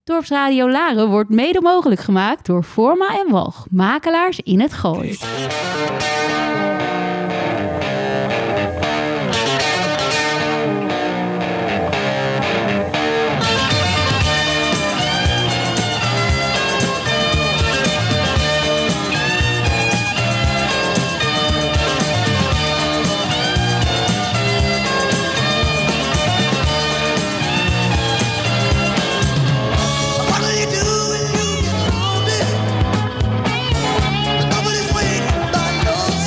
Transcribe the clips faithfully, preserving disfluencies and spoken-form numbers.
Dorpsradio Laren wordt mede mogelijk gemaakt door Forma en Walch, makelaars in het Gooi. Nobody's waiting by your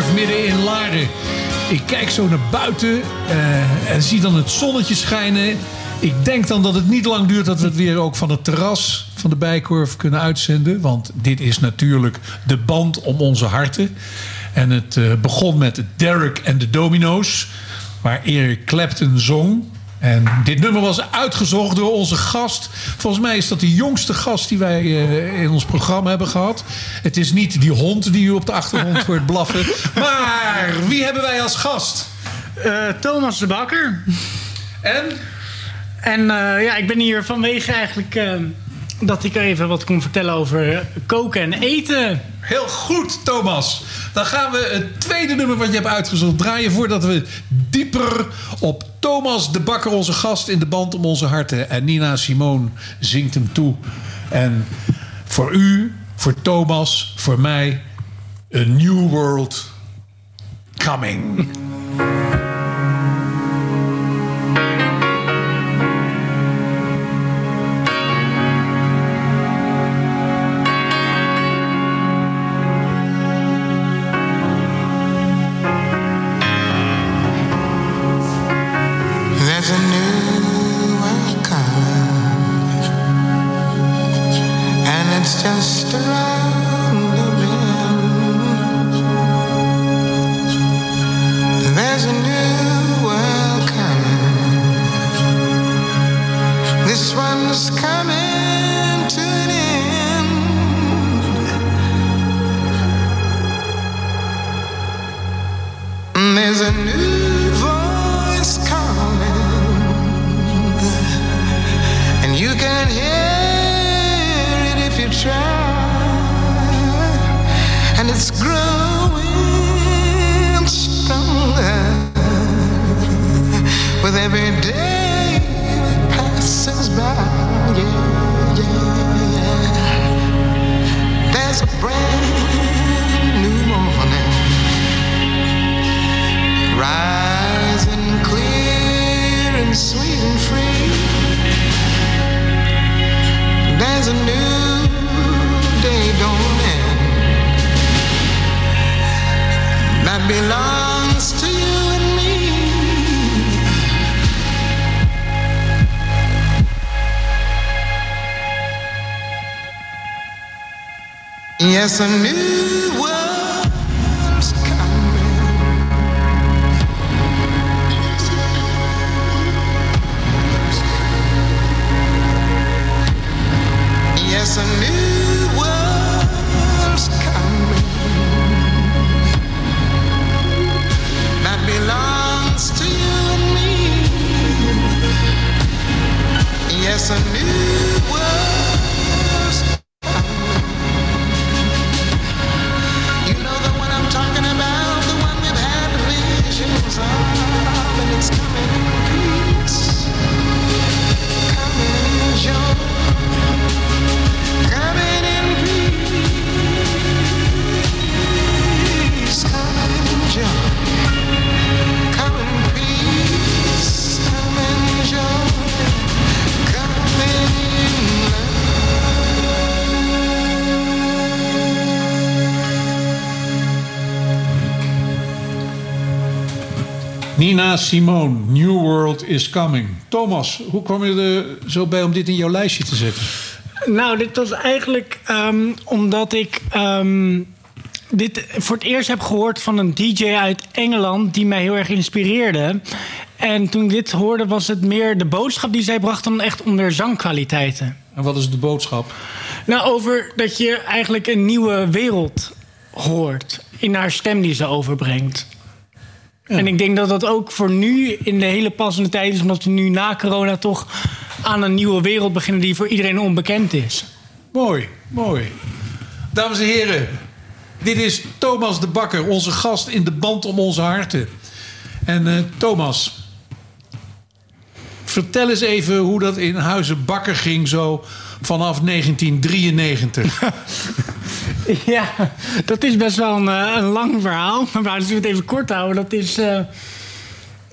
Bijenkorf midden in Laren. Ik kijk zo naar buiten uh, en zie dan het zonnetje schijnen. Ik denk dan dat het niet lang duurt dat we het weer ook van het terras van de Bijenkorf kunnen uitzenden. Want dit is natuurlijk de band om onze harten. En het uh, begon met Derek en de Domino's, waar Eric Clapton zong. En dit nummer was uitgezocht door onze gast. Volgens mij is dat de jongste gast die wij uh, in ons programma hebben gehad. Het is niet die hond die u op de achtergrond hoort blaffen. Maar wie hebben wij als gast? Uh, Thomas de Bakker. En? En uh, ja, ik ben hier vanwege eigenlijk uh, dat ik even wat kon vertellen over koken en eten. Heel goed, Thomas. Dan gaan we het tweede nummer wat je hebt uitgezocht draaien voordat we dieper op Thomas de Bakker, onze gast in de band om onze harten. En Nina Simone zingt hem toe. En voor u, voor Thomas, voor mij, A New World Coming. Just around the bend, there's a new world coming. This one's coming to an end. There's a new voice calling, and you can hear try, and it's growing stronger with every day that passes by. Yeah, yeah, yeah. There's a brand new morning rising clear and sweet and free. There's a new day dawning that belongs to you and me. Yes, a new world's coming. Yes, a new world's coming that belongs to you and me. Yes, a new world's coming. You know the one I'm talking about, the one we've had visions of, and it's coming in peace, coming in joy. Coming in peace, coming in joy, coming peace, coming joy, coming in love. Nina Simone, New World is Coming. Thomas, hoe kwam je er zo bij om dit in jouw lijstje te zetten? Nou, dit was eigenlijk um, omdat ik um, dit voor het eerst heb gehoord van een D J uit Engeland die mij heel erg inspireerde. En toen ik dit hoorde was het meer de boodschap die zij bracht dan echt om haar zangkwaliteiten. En wat is de boodschap? Nou, over dat je eigenlijk een nieuwe wereld hoort in haar stem die ze overbrengt. Ja. En ik denk dat dat ook voor nu in de hele passende tijd is, omdat we nu na corona toch aan een nieuwe wereld beginnen die voor iedereen onbekend is. Mooi, mooi. Dames en heren, dit is Thomas de Bakker, onze gast in de band om onze harten. En uh, Thomas, vertel eens even hoe dat in Huizen Bakker ging zo vanaf negentien drieënnegentig. Ja, dat is best wel een, een lang verhaal. Maar we zullen het even kort houden. Dat is... Uh,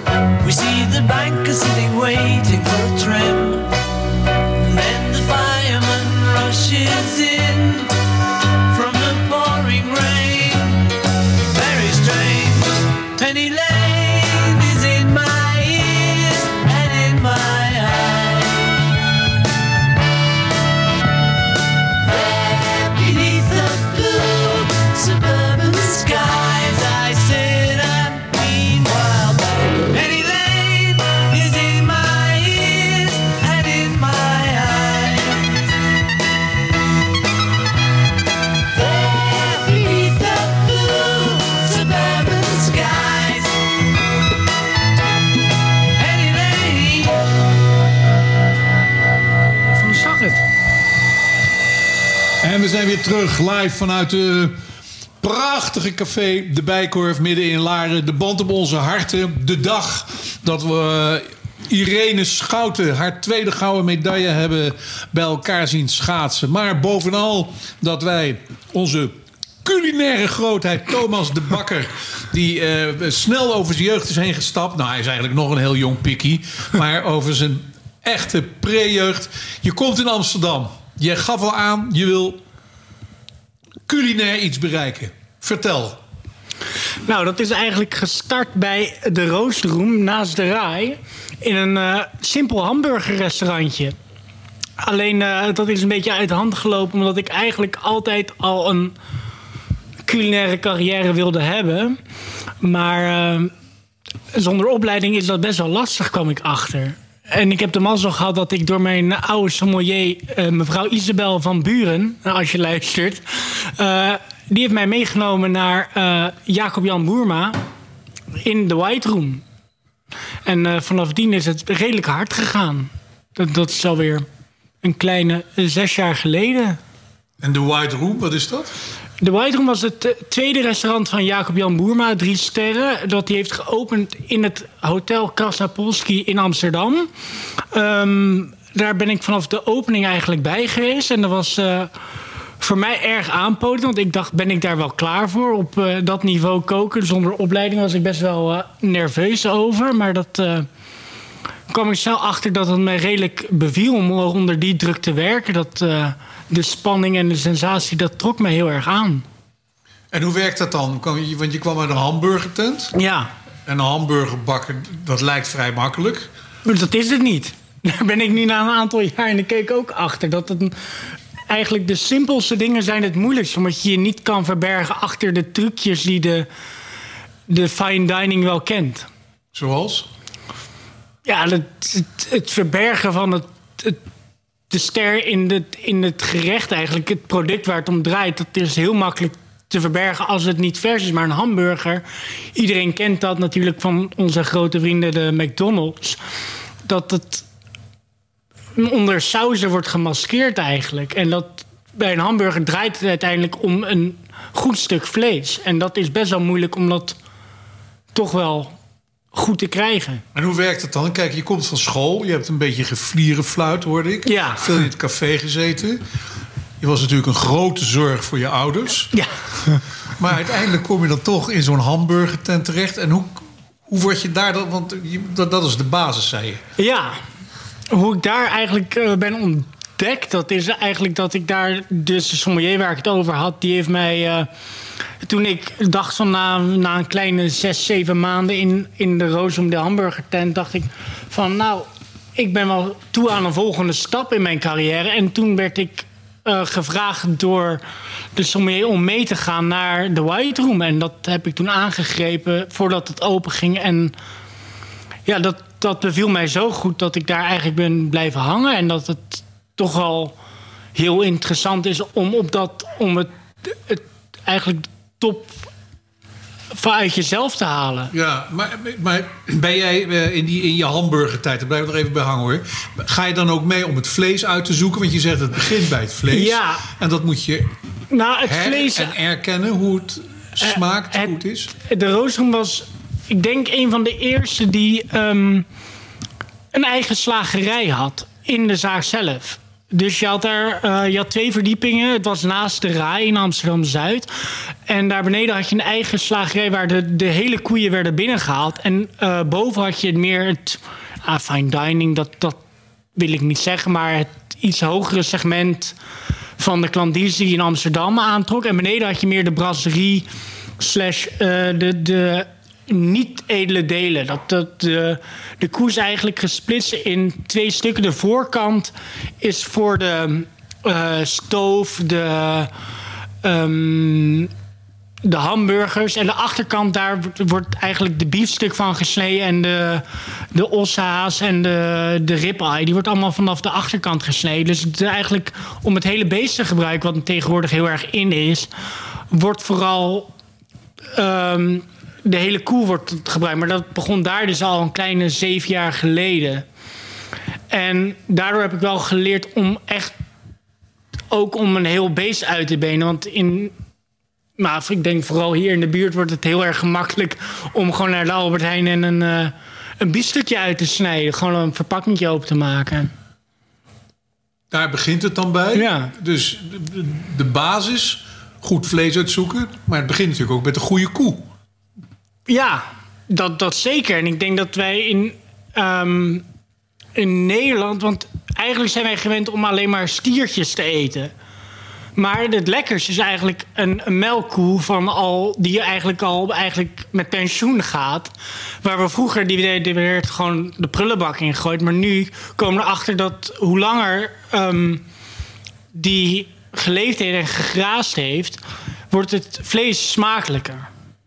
We see the banker sitting waiting for a tram. Then the fireman rushes in from the pouring rain. Very strange. Penny Lane is in my ears and in my eyes. There beneath the blue suburban skies, I sit and meanwhile Penny Lane is in my ears and in my eyes. There beneath the blue suburban skies, Penny Lane. Hoe zag het? En we zijn weer terug live vanuit de prachtige café De Bijkorf midden in Laren. De band op onze harten. De dag dat we Irene Schouten haar tweede gouden medaille hebben bij elkaar zien schaatsen. Maar bovenal dat wij onze culinaire grootheid Thomas de Bakker, die eh, snel over zijn jeugd is heen gestapt. Nou, hij is eigenlijk nog een heel jong pikkie. Maar over zijn echte pre-jeugd. Je komt in Amsterdam. Je gaf al aan, je wil culinair iets bereiken. Vertel. Nou, dat is eigenlijk gestart bij de Roostroom naast de Rai. In een eh, simpel hamburgerrestaurantje. Alleen eh, dat is een beetje uit de hand gelopen, omdat ik eigenlijk altijd al een culinaire carrière wilde hebben. Maar eh, zonder opleiding is dat best wel lastig, kwam ik achter. En ik heb de mazzel gehad dat ik door mijn oude sommelier, eh, mevrouw Isabel van Buren, als je luistert, eh, die heeft mij meegenomen naar eh, Jacob-Jan Boerma in de White Room. En uh, vanaf dien is het redelijk hard gegaan. Dat, dat is alweer een kleine uh, zes jaar geleden. En de White Room, wat is dat? De White Room was het uh, tweede restaurant van Jacob-Jan Boerma, drie sterren. Dat hij heeft geopend in het Hotel Krasnapolski in Amsterdam. Um, daar ben ik vanaf de opening eigenlijk bij geweest. En dat was uh, voor mij erg aanpoten. Want ik dacht, ben ik daar wel klaar voor? Op uh, dat niveau koken zonder opleiding was ik best wel uh, nerveus over. Maar dat uh, kwam ik snel achter dat het me redelijk beviel om onder die druk te werken. Dat uh, de spanning en de sensatie, dat trok me heel erg aan. En hoe werkt dat dan? Want je kwam uit een hamburgertent. Ja. En een hamburger bakken, dat lijkt vrij makkelijk. Maar dat is het niet. Daar ben ik nu na een aantal jaar in de keek ook achter. Dat het een, eigenlijk de simpelste dingen zijn het moeilijkst. Omdat je je niet kan verbergen achter de trucjes die de, de fine dining wel kent. Zoals? Ja, het, het, het verbergen van het, het, de ster in, de, in het gerecht eigenlijk. Het product waar het om draait, dat is heel makkelijk te verbergen als het niet vers is. Maar een hamburger, iedereen kent dat natuurlijk van onze grote vrienden de McDonald's. Dat het onder sauzen wordt gemaskeerd eigenlijk. En dat bij een hamburger draait het uiteindelijk om een goed stuk vlees. En dat is best wel moeilijk om dat toch wel goed te krijgen. En hoe werkt het dan? Kijk, je komt van school. Je hebt een beetje geflierenfluit, hoorde ik. Ja. Veel in het café gezeten. Je was natuurlijk een grote zorg voor je ouders. Ja. Maar uiteindelijk kom je dan toch in zo'n hamburgertent terecht. En hoe, hoe word je daar dan? Want je, dat, dat is de basis, zei je. Ja. Hoe ik daar eigenlijk uh, ben ontdekt, dat is eigenlijk dat ik daar, dus de sommelier waar ik het over had, die heeft mij, uh, toen ik dacht van na, na een kleine zes, zeven maanden in, in de Roosum de hamburgertent, dacht ik van nou, ik ben wel toe aan een volgende stap in mijn carrière. En toen werd ik uh, gevraagd door de sommelier om mee te gaan naar de White Room. En dat heb ik toen aangegrepen voordat het open ging. En ja, dat, dat beviel mij zo goed dat ik daar eigenlijk ben blijven hangen. En dat het toch wel heel interessant is om, op dat, om het, het eigenlijk top vanuit jezelf te halen. Ja, maar, maar ben jij in, die, in je hamburgertijd, daar blijf ik er even bij hangen hoor. Ga je dan ook mee om het vlees uit te zoeken? Want je zegt het begint bij het vlees. Ja. En dat moet je nou, het her- vlees, en erkennen hoe het smaakt, uh, hoe het is. De Roosroom was, ik denk, een van de eerste die um, een eigen slagerij had in de zaak zelf. Dus je had daar uh, je had twee verdiepingen. Het was naast de Rai in Amsterdam-Zuid. En daar beneden had je een eigen slagerij waar de, de hele koeien werden binnengehaald. En uh, boven had je meer het ah, fine dining, dat, dat wil ik niet zeggen, maar het iets hogere segment van de klandizie die in Amsterdam aantrok. En beneden had je meer de brasserie slash uh, de, de niet edele delen. Dat, dat de, de koe is eigenlijk gesplitst in twee stukken. De voorkant is voor de uh, stoof, de, um, de hamburgers. En de achterkant, daar wordt eigenlijk de biefstuk van gesneden. En de, de ossehaas en de, de ribeye, die wordt allemaal vanaf de achterkant gesneden. Dus het, eigenlijk om het hele beest te gebruiken, wat tegenwoordig heel erg in is, wordt vooral Um, de hele koe wordt gebruikt. Maar dat begon daar dus al een kleine zeven jaar geleden. En daardoor heb ik wel geleerd om echt ook om een heel beest uit te benen. Want in, nou, ik denk vooral hier in de buurt wordt het heel erg gemakkelijk om gewoon naar de Albert Heijn en een, uh, een biefstukje uit te snijden. Gewoon een verpakkingje open te maken. Daar begint het dan bij. Ja. Dus de, de basis, goed vlees uitzoeken. Maar het begint natuurlijk ook met een goede koe. Ja, dat, dat zeker. En ik denk dat wij in, um, in Nederland, want eigenlijk zijn wij gewend om alleen maar stiertjes te eten. Maar het lekkerste is eigenlijk een, een melkkoe van al, die eigenlijk al eigenlijk met pensioen gaat. Waar we vroeger, die, die werd gewoon de prullenbak in gegooid. Maar nu komen we erachter dat hoe langer um, die geleefd heeft en gegraasd heeft, wordt het vlees smakelijker.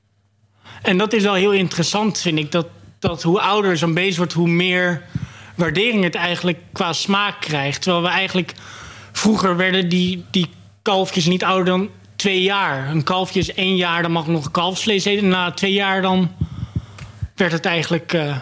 En dat is wel heel interessant, vind ik. Dat, dat hoe ouder zo'n beest wordt, hoe meer waardering het eigenlijk qua smaak krijgt. Terwijl we eigenlijk vroeger werden die, die kalfjes niet ouder dan twee jaar. Een kalfje is één jaar, dan mag nog kalfsvlees eten. En na twee jaar dan werd het eigenlijk, uh,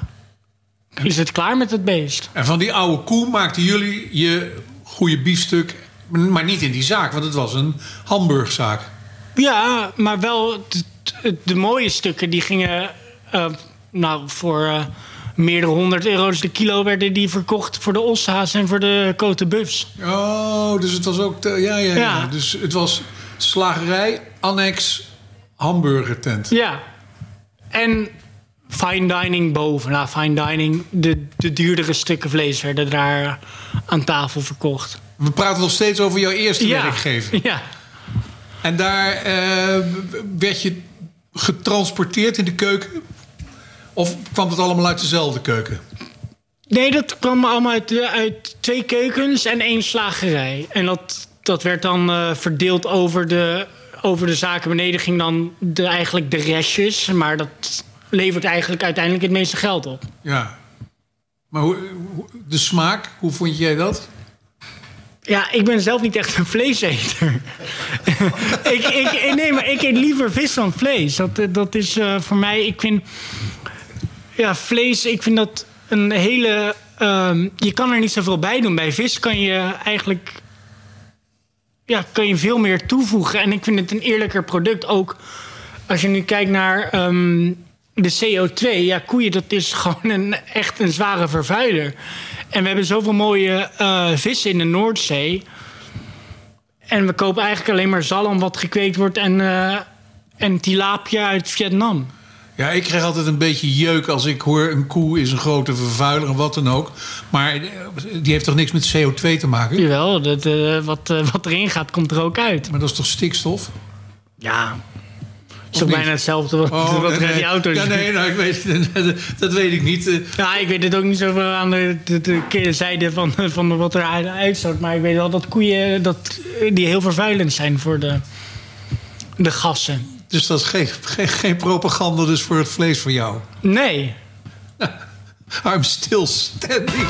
is het klaar met het beest. En van die oude koe maakten jullie je goede biefstuk, maar niet in die zaak, want het was een hamburgzaak. Ja, maar wel de, de mooie stukken die gingen uh, nou, voor uh, meerdere honderd euro's de kilo werden die verkocht voor de ossehaas en voor de cote buffs. Oh, dus het was ook te, ja, ja, ja, ja. Dus het was slagerij, annex, hamburgertent. Ja. En fine dining boven. Nou, fine dining, de, de duurdere stukken vlees werden daar aan tafel verkocht. We praten nog steeds over jouw eerste ja. werkgever. Ja. En daar uh, werd je getransporteerd in de keuken? Of kwam het allemaal uit dezelfde keuken? Nee, dat kwam allemaal uit, uit twee keukens en één slagerij. En dat, dat werd dan uh, verdeeld over de, over de zaken. Beneden ging dan de, eigenlijk de restjes. Maar dat levert eigenlijk uiteindelijk het meeste geld op. Ja. Maar hoe, de smaak, hoe vond jij dat? Ja, ik ben zelf niet echt een vleeseter. ik, ik, nee, maar ik eet liever vis dan vlees. Dat, dat is uh, voor mij... Ik vind... Ja, vlees, ik vind dat een hele... Uh, je kan er niet zoveel bij doen. Bij vis kan je eigenlijk... Ja, kan je veel meer toevoegen. En ik vind het een eerlijker product. Ook als je nu kijkt naar um, de C O twee. Ja, koeien, dat is gewoon een, echt een zware vervuiler. En we hebben zoveel mooie uh, vissen in de Noordzee. En we kopen eigenlijk alleen maar zalm wat gekweekt wordt en, uh, en tilapia uit Vietnam. Ja, ik krijg altijd een beetje jeuk als ik hoor een koe is een grote vervuiler en wat dan ook. Maar die heeft toch niks met C O twee te maken? Jawel, dat, uh, wat, uh, wat erin gaat, komt er ook uit. Maar dat is toch stikstof? Ja, het is ook bijna hetzelfde wat, oh, wat nee, er uit die auto's. Ja, nee, nou, ik weet, dat weet ik niet. Ja, ik weet het ook niet zoveel aan de, de, de zijde van, van wat er uitstoot. Maar ik weet wel dat koeien dat, die heel vervuilend zijn voor de, de gassen. Dus dat is geen, geen, geen propaganda dus voor het vlees voor jou? Nee. I'm still standing.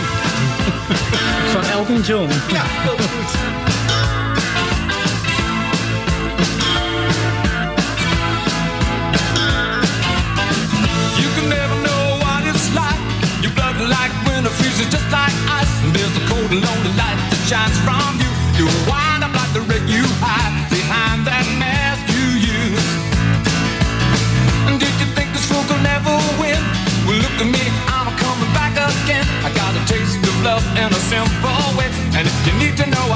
Van Elton John. Ja, heel goed. Like winter freezes just like ice. And there's a cold and lonely light that shines from you. You wind up like the wreck you hide behind that mask you use. And did you think this fool could never win? Well, look at me, I'm coming back again. I got a taste of love in a simple way. And if you need to know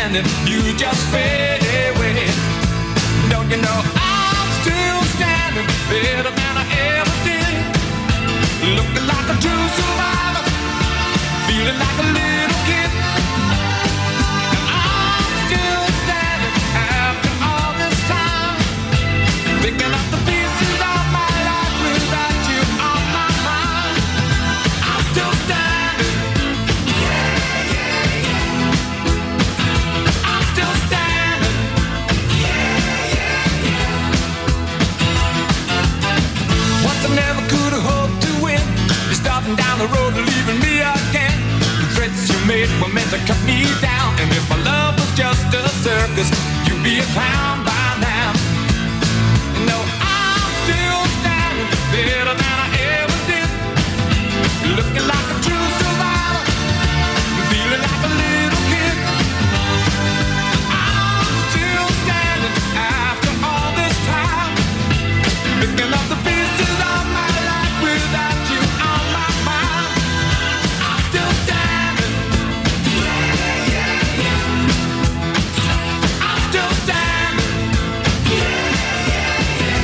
standing, you just fade away. Don't you know I'm still standing, better than I ever did. Looking like a true survivor, feeling like a little kid. And I'm still standing after all this time, picking up the pieces of my life without you on my mind. I'm still standing. Yeah, yeah, yeah. I'm still standing. Yeah, yeah, yeah. Once I never could have hoped to win. You're starting down the road and leaving me again. The threats you made were meant to cut me down. And if my love was just a circus, you'd be a clown by now. No, I'm still standing, better than I ever did. Looking like a true survivor, feeling like a little kid. I'm still standing after all this time, picking up the pieces of my life without you on my mind. I'm still standing. Yeah, yeah, yeah. I'm still standing. Yeah, yeah, yeah.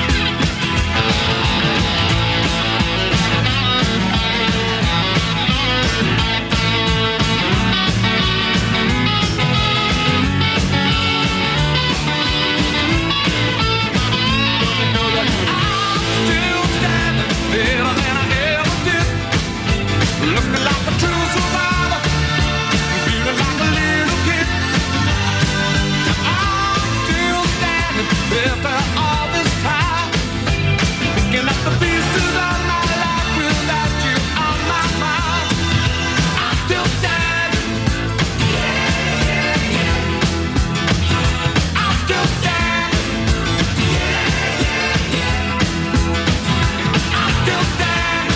Still standing, better than I ever did. Looking like a true survivor, feeling like a little kid. I'm still standing, after all this time, picking up the pieces of my life without you on my mind. I'm still standing. Yeah, yeah, yeah. I'm still standing. Yeah, yeah, yeah. I'm still standing.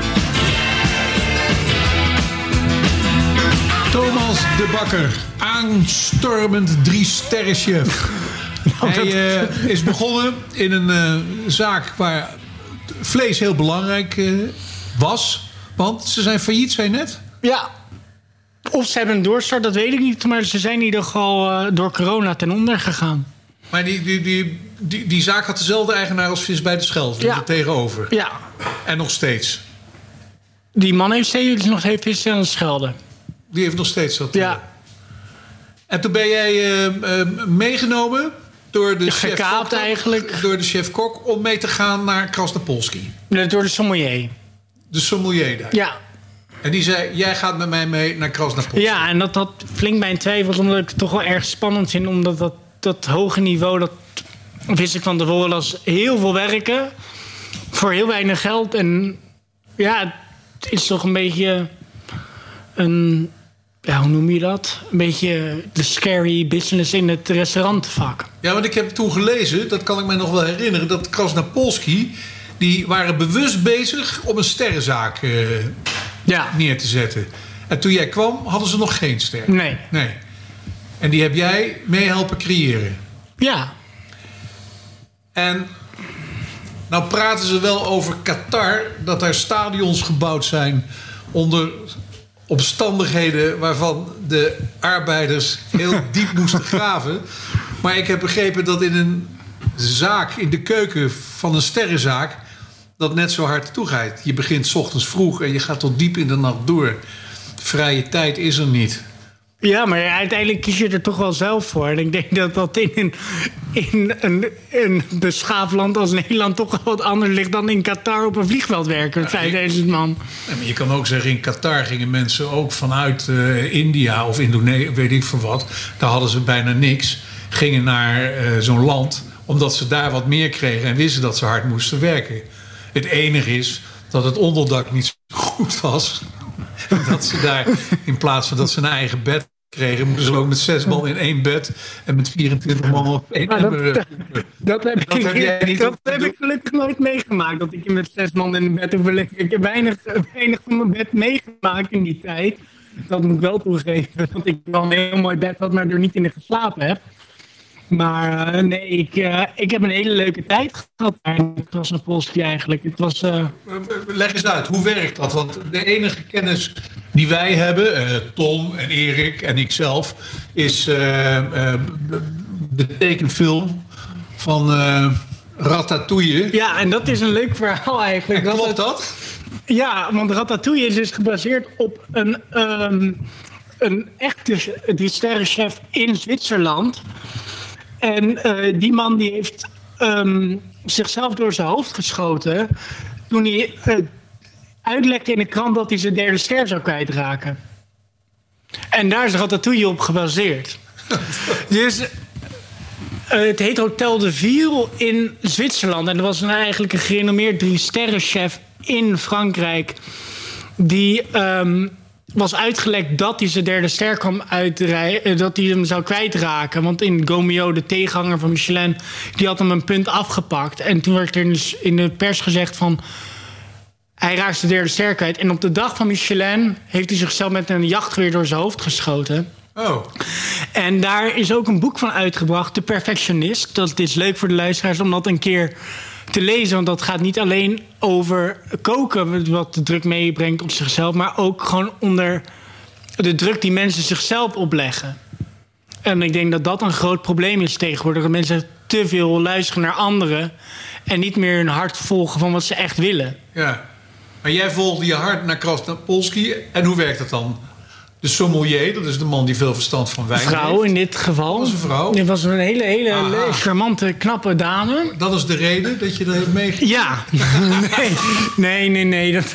Thomas de Bakker, aanstormend drie-sterrenchef. Hij eh, is begonnen in een eh, zaak waar vlees heel belangrijk eh, was. Want ze zijn failliet, zei je net. Ja. Of ze hebben een doorstart, dat weet ik niet. Maar ze zijn in ieder geval uh, door corona ten onder gegaan. Maar die, die, die, die, die zaak had dezelfde eigenaar als Vis bij de Schelde. Ja. Er tegenover. Ja. En nog steeds. Die man heeft steeds nog heeft vis aan het schelden. Die heeft nog steeds dat. Ja. En toen ben jij uh, uh, meegenomen door de chef Gekaapt eigenlijk. Door de chef-kok om mee te gaan naar Krasnopolski. Door de sommelier. De sommelier daar. Ja. En die zei, jij gaat met mij mee naar Krasnopolski. Ja, en dat had flink bij een twijfel, omdat ik het toch wel erg spannend vind. Omdat dat, dat hoge niveau, dat wist ik van tevoren, als heel veel werken. Voor heel weinig geld. En ja, het is toch een beetje een, ja, hoe noem je dat? Een beetje de scary business in het restaurantvak. Ja, want ik heb toen gelezen, dat kan ik me nog wel herinneren, dat Krasnopolski, die waren bewust bezig om een sterrenzaak uh, ja. neer te zetten. En toen jij kwam, hadden ze nog geen ster. Nee. Nee. En die heb jij mee helpen creëren. Ja. En nou praten ze wel over Qatar, dat er stadions gebouwd zijn onder omstandigheden waarvan de arbeiders heel diep moesten graven. Maar ik heb begrepen dat in een zaak, in de keuken van een sterrenzaak, dat net zo hard toegaat. Je begint 's ochtends vroeg en je gaat tot diep in de nacht door. Vrije tijd is er niet. Ja, maar uiteindelijk kies je er toch wel zelf voor. En ik denk dat dat in een, in een, een beschaafd land als Nederland toch wel wat anders ligt dan in Qatar op een vliegveld werken met vijfduizend man. Ja, maar je kan ook zeggen, in Qatar gingen mensen ook vanuit uh, India of Indonesië, weet ik veel wat. Daar hadden ze bijna niks. Gingen naar uh, zo'n land omdat ze daar wat meer kregen en wisten dat ze hard moesten werken. Het enige is dat het onderdak niet zo goed was. Dat ze daar, in plaats van dat ze een eigen bed kregen, moesten ze ook met zes man in één bed en met vierentwintig man op één dat, emmer. dat, dat heb, dat ik, heb jij niet. Dat heb ik gelukkig nooit meegemaakt. Dat ik met zes man in een bed hoef. Ik heb weinig, weinig van mijn bed meegemaakt in die tijd. Dat moet ik wel toegeven. Dat ik wel een heel mooi bed had, maar er niet in geslapen heb. Maar uh, nee, ik, uh, ik heb een hele leuke tijd gehad in Krasnopolski eigenlijk. Het was, uh... Leg eens uit, hoe werkt dat? Want de enige kennis die wij hebben, uh, Tom en Erik en ikzelf, is uh, uh, de tekenfilm van uh, Ratatouille. Ja, en dat is een leuk verhaal eigenlijk. En klopt dat? dat? Ja, want Ratatouille is dus gebaseerd op een, um, een echte drie-sterrenchef in Zwitserland. En uh, die man die heeft um, zichzelf door zijn hoofd geschoten toen hij uh, uitlekte in de krant dat hij zijn derde ster zou kwijtraken. En daar is Ratatouille op gebaseerd. Dus uh, het heet Hotel de Ville in Zwitserland. En dat was een, eigenlijk een gerenommeerd drie-sterrenchef in Frankrijk die um, was uitgelekt dat hij zijn derde ster kwam uitrijden, dat hij hem zou kwijtraken. Want in Gomeo, de tegenhanger van Michelin, die had hem een punt afgepakt. En toen werd er dus in de pers gezegd van hij raakt de derde ster kwijt. En op de dag van Michelin heeft hij zichzelf met een jachtgeweer door zijn hoofd geschoten. Oh. En daar is ook een boek van uitgebracht, De Perfectionist. Dat is leuk voor de luisteraars om dat een keer te lezen. Want dat gaat niet alleen over koken, wat de druk meebrengt op zichzelf, maar ook gewoon onder de druk die mensen zichzelf opleggen. En ik denk dat dat een groot probleem is tegenwoordig. Dat mensen te veel luisteren naar anderen en niet meer hun hart volgen van wat ze echt willen. Ja. Maar jij volgde je hart naar Krasnapolski. En hoe werkt dat dan? De sommelier, dat is de man die veel verstand van wijn vrouw heeft. In dit geval. Dat was een vrouw. Dit was een hele, hele Aha. charmante, knappe dame. Dat is de reden dat je dat heeft meegegeven? Ja. nee, nee, nee. Nee, dat,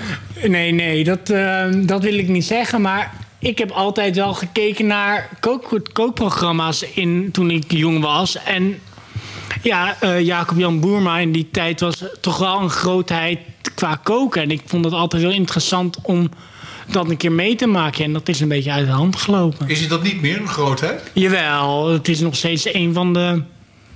nee, nee dat, uh, dat wil ik niet zeggen. Maar ik heb altijd wel gekeken naar kook, kookprogramma's in, toen ik jong was. En ja, uh, Jacob-Jan Boerma in die tijd was toch wel een grootheid qua koken. En ik vond het altijd heel interessant om dat een keer mee te maken. En dat is een beetje uit de hand gelopen. Is dat niet meer een grootheid? Jawel, het is nog steeds een van de...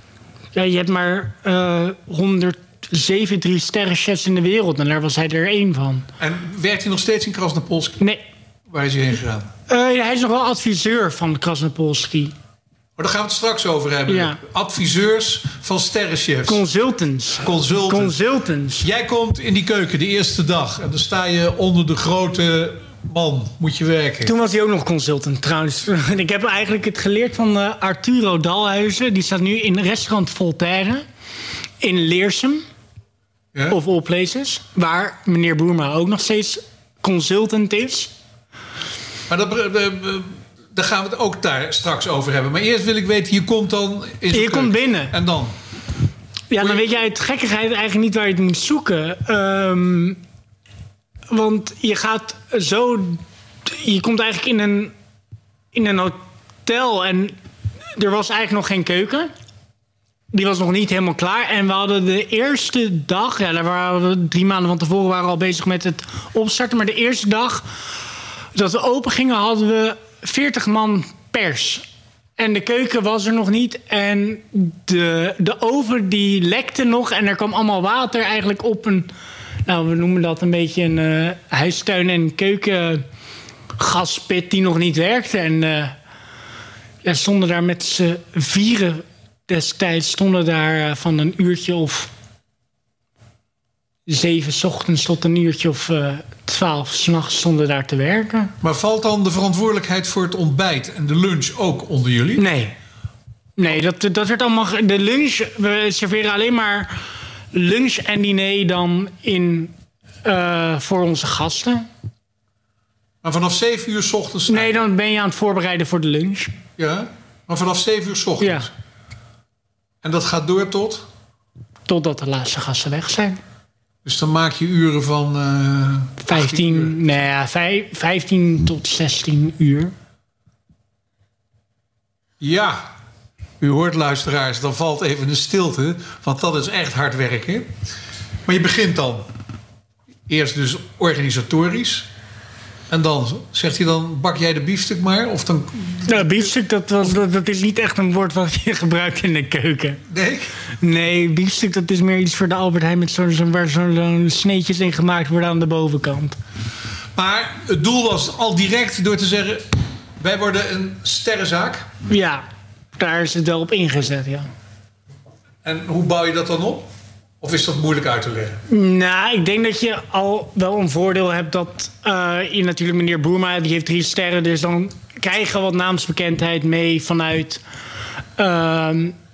Ja, je hebt maar uh, honderdzeven drie-sterren-chefs in de wereld. En daar was hij er één van. En werkt hij nog steeds in Krasnapolski? Nee. Waar is hij heen gegaan? Uh, hij is nog wel adviseur van Krasnapolski. Maar daar gaan we het straks over hebben. Ja. Adviseurs van sterrenchefs. Consultants. Consultants. Consultants. Jij komt in die keuken de eerste dag. En dan sta je onder de grote man. Moet je werken. Toen was hij ook nog consultant trouwens. Ik heb eigenlijk het geleerd van uh, Arturo Dalhuizen. Die staat nu in restaurant Voltaire. In Leersum. Ja? Of all places. Waar meneer Boerma ook nog steeds consultant is. Maar dat... Uh, uh, Daar gaan we het ook daar straks over hebben. Maar eerst wil ik weten, je komt dan in Je komt binnen. En dan? Ja, dan weet jij uit gekkigheid eigenlijk niet waar je het moet zoeken. Um, want je gaat zo... Je komt eigenlijk in een, in een hotel en er was eigenlijk nog geen keuken. Die was nog niet helemaal klaar. En we hadden de eerste dag... Ja, daar waren we drie maanden van tevoren waren we al bezig met het opstarten. Maar de eerste dag dat we open gingen hadden we veertig man pers. En de keuken was er nog niet. En de, de oven die lekte nog. En er kwam allemaal water eigenlijk op een... Nou, we noemen dat een beetje een uh, huistuin- en keukengaspit die nog niet werkte. En uh, ja, stonden daar met z'n vieren destijds... stonden daar uh, van een uurtje of zeven 's ochtends tot een uurtje of uh, twaalf 's nachts stonden daar te werken. Maar valt dan de verantwoordelijkheid voor het ontbijt en de lunch ook onder jullie? Nee. Nee, dat, dat werd allemaal... De lunch, we serveren alleen maar lunch en diner dan in, uh, voor onze gasten. Maar vanaf zeven uur 's ochtends... Nee, dan ben je aan het voorbereiden voor de lunch. Ja, maar vanaf zeven uur 's ochtends? Ja. En dat gaat door tot? Totdat de laatste gasten weg zijn. Dus dan maak je uren van... Uh, vijftien, nee, ja, vijftien tot zestien uur. Ja, u hoort luisteraars, dan valt even een stilte. Want dat is echt hard werken. Maar je begint dan. Eerst dus organisatorisch. En dan zegt hij dan, bak jij de biefstuk maar? Of dan... Nou, biefstuk, dat, was, dat, dat is niet echt een woord wat je gebruikt in de keuken. Nee? Nee, biefstuk, dat is meer iets voor de Albert Heijn... met zo'n zo, waar zo'n zo sneetjes in gemaakt worden aan de bovenkant. Maar het doel was al direct door te zeggen... wij worden een sterrenzaak. Ja, daar is het wel op ingezet, ja. En hoe bouw je dat dan op? Of is dat moeilijk uit te leggen? Nou, ik denk dat je al wel een voordeel hebt dat uh, je natuurlijk meneer Boerma, die heeft drie sterren, dus dan krijg je wat naamsbekendheid mee vanuit uh,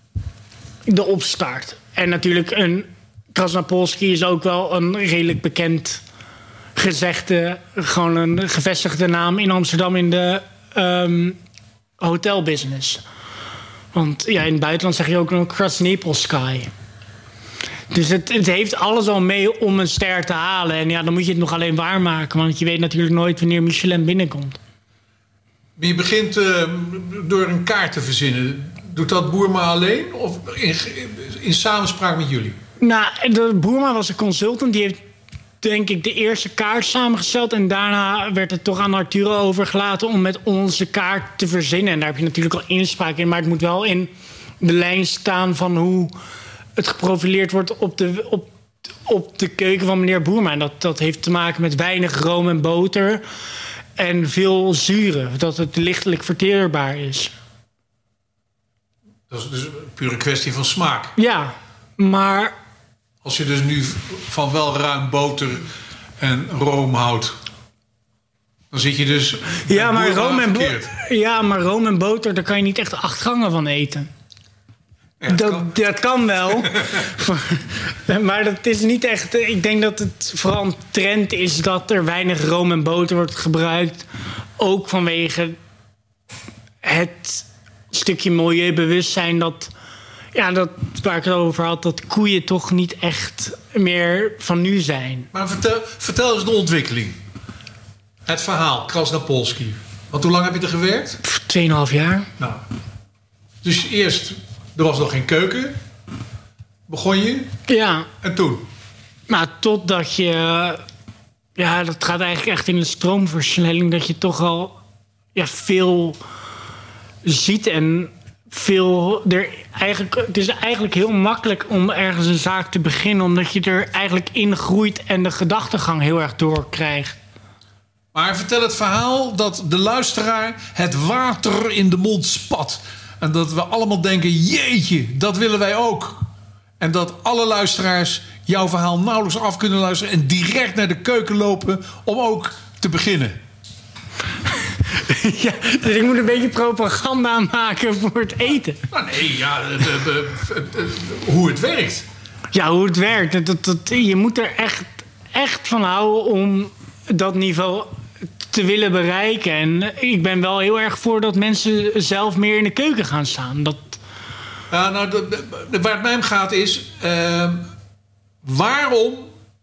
de opstart. En natuurlijk een Krasnapolski is ook wel een redelijk bekend gezegde, gewoon een gevestigde naam in Amsterdam in de um, hotelbusiness. Want ja, in het buitenland zeg je ook nog Krasnapolsky. Dus het, het heeft alles al mee om een ster te halen. En ja, dan moet je het nog alleen waarmaken. Want je weet natuurlijk nooit wanneer Michelin binnenkomt. Je begint uh, door een kaart te verzinnen. Doet dat Boerma alleen of in, in samenspraak met jullie? Nou, de Boerma was een consultant. Die heeft denk ik de eerste kaart samengesteld. En daarna werd het toch aan Arturo overgelaten om met ons de kaart te verzinnen. En daar heb je natuurlijk al inspraak in. Maar het moet wel in de lijn staan van hoe het geprofileerd wordt op de, op, op de keuken van meneer Boerma. En dat, dat heeft te maken met weinig room en boter en veel zuren. Dat het lichtelijk verteerbaar is. Dat is dus een pure kwestie van smaak. Ja, maar als je dus nu van wel ruim boter en room houdt, dan zit je dus ja, maar room en bo- ja, maar room en boter, daar kan je niet echt acht gangen van eten. Ja, dat, kan. dat kan wel. Maar dat is niet echt. Ik denk dat het vooral een trend is dat er weinig room en boter wordt gebruikt. Ook vanwege het stukje milieubewustzijn dat, ja, dat waar ik het over had, dat koeien toch niet echt meer van nu zijn. Maar vertel, vertel eens de ontwikkeling. Het verhaal, Krasnapolski. Want hoe lang heb je er gewerkt? Tweeënhalf jaar. Nou, dus eerst, er was nog geen keuken. Begon je? Ja. En toen? Nou, totdat je, ja, dat gaat eigenlijk echt in een stroomversnelling, dat je toch al ja, veel ziet en veel er eigenlijk, het is eigenlijk heel makkelijk om ergens een zaak te beginnen, omdat je er eigenlijk in groeit en de gedachtegang heel erg doorkrijgt. Maar vertel het verhaal dat de luisteraar het water in de mond spat. En dat we allemaal denken, jeetje, dat willen wij ook. En dat alle luisteraars jouw verhaal nauwelijks af kunnen luisteren en direct naar de keuken lopen om ook te beginnen. Ja, dus ik moet een beetje propaganda maken voor het eten. Nou nee, ja, de, de, de, de, hoe het werkt. Ja, hoe het werkt. Dat, dat, je moet er echt, echt van houden om dat niveau te willen bereiken. En ik ben wel heel erg voor dat mensen zelf meer in de keuken gaan staan. Dat... Ja, nou, de, de, de, waar het mij om gaat is, Uh, waarom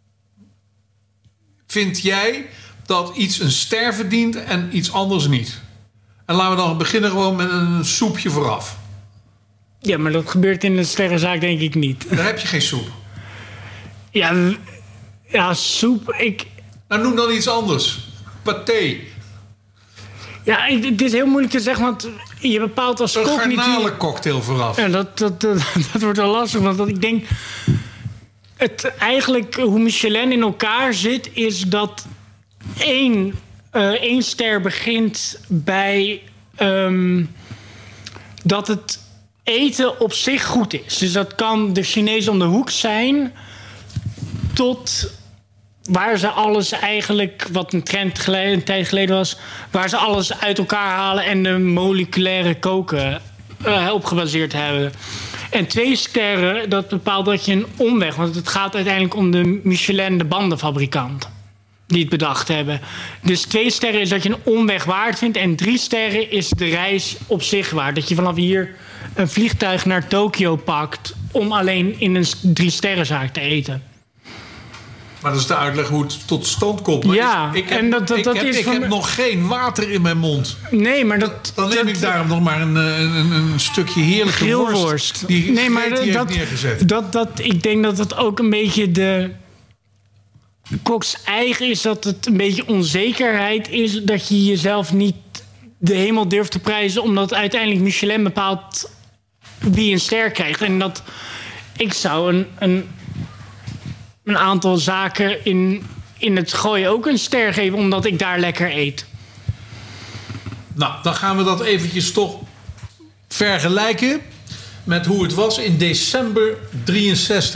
vind jij dat iets een ster verdient en iets anders niet? En laten we dan beginnen gewoon met een soepje vooraf. Ja, maar dat gebeurt in een sterrenzaak denk ik niet. Daar heb je geen soep. Ja, ja soep, ik... Nou, noem dan iets anders. Paté. Ja, het is heel moeilijk te zeggen, want je bepaalt als een kok niet... Een garnalencocktail vooraf. Ja, dat, dat, dat, dat wordt wel lastig, want ik denk... Het, eigenlijk, hoe Michelin in elkaar zit, is dat één, uh, één ster begint bij um, dat het eten op zich goed is. Dus dat kan de Chinees om de hoek zijn tot waar ze alles eigenlijk, wat een trend geleden, een tijd geleden was, waar ze alles uit elkaar halen en de moleculaire koken uh, op gebaseerd hebben. En twee sterren, dat bepaalt dat je een omweg, want het gaat uiteindelijk om de Michelin, de bandenfabrikant, die het bedacht hebben. Dus twee sterren is dat je een omweg waard vindt en drie sterren is de reis op zich waard. Dat je vanaf hier een vliegtuig naar Tokio pakt om alleen in een drie sterrenzaak te eten. Maar dat is de uitleg hoe het tot stand komt. Maar ja, ik heb, en dat, dat, ik dat heb, is ik van... heb nog geen water in mijn mond. Nee, maar dat... Dan neem dat, ik daarom nog maar een, een, een stukje heerlijke grillworst. worst die nee, maar die dat, heeft neergezet. Dat, dat, ik denk dat het ook een beetje de koks eigen is, dat het een beetje onzekerheid is, dat je jezelf niet de hemel durft te prijzen, omdat uiteindelijk Michelin bepaalt wie een ster krijgt. En dat ik zou een... een een aantal zaken in, in het gooien ook een ster geven, omdat ik daar lekker eet. Nou, dan gaan we dat eventjes toch vergelijken met hoe het was in december drieënzestig.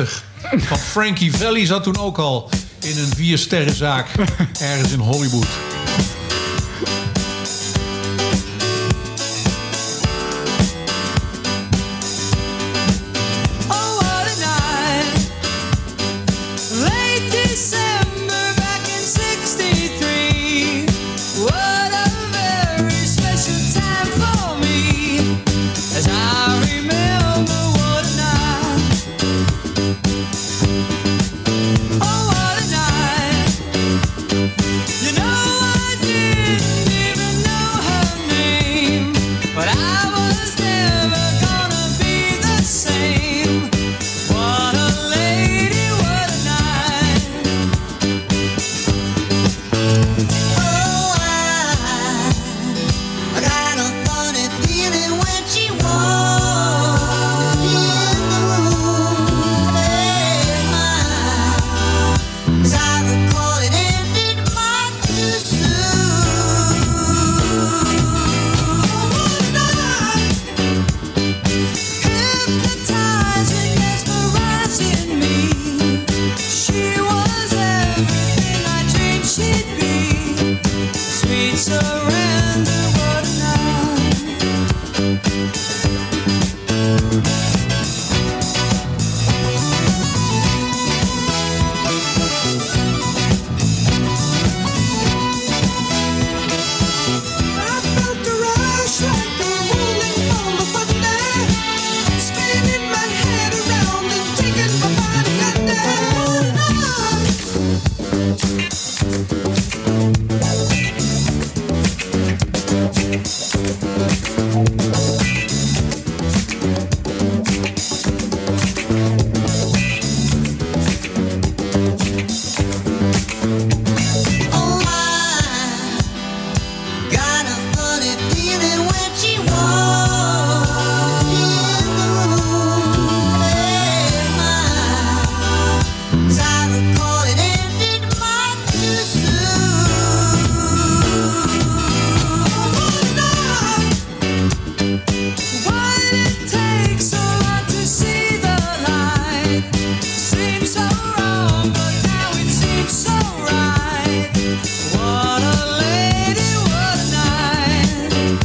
Want Frankie Valli zat toen ook al in een viersterrenzaak ergens in Hollywood. Oh, what a night. Late December back in sixty-three. What a very special time for me. As I remember what a night. Oh, what a night. You know I didn't even know her name, but I was never gonna be the same. What a lady, what a night. Oh, I, I got a funny feeling when she walked in the room. Hey, my, as I recall it ended much too soon. One night, hypnotizing, mesmerizing me. She was everything I dreamed she'd be. Sweet surrender, what a night. I felt a rush like a rolling ball of thunder, spinning my head around and taking my body under. Oh, I got a funny feeling when she walked in the room. Hey, my, as I recall it ended much too soon. One night, why did it take so long to see the light? Seems so wrong, but now it seems so right. What a lady, what a night.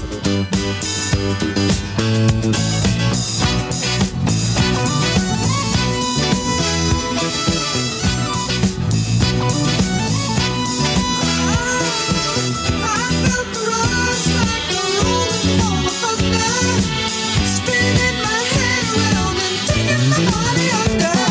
I felt the rush like a rolling ball of thunder, spinning my head around and taking my body under.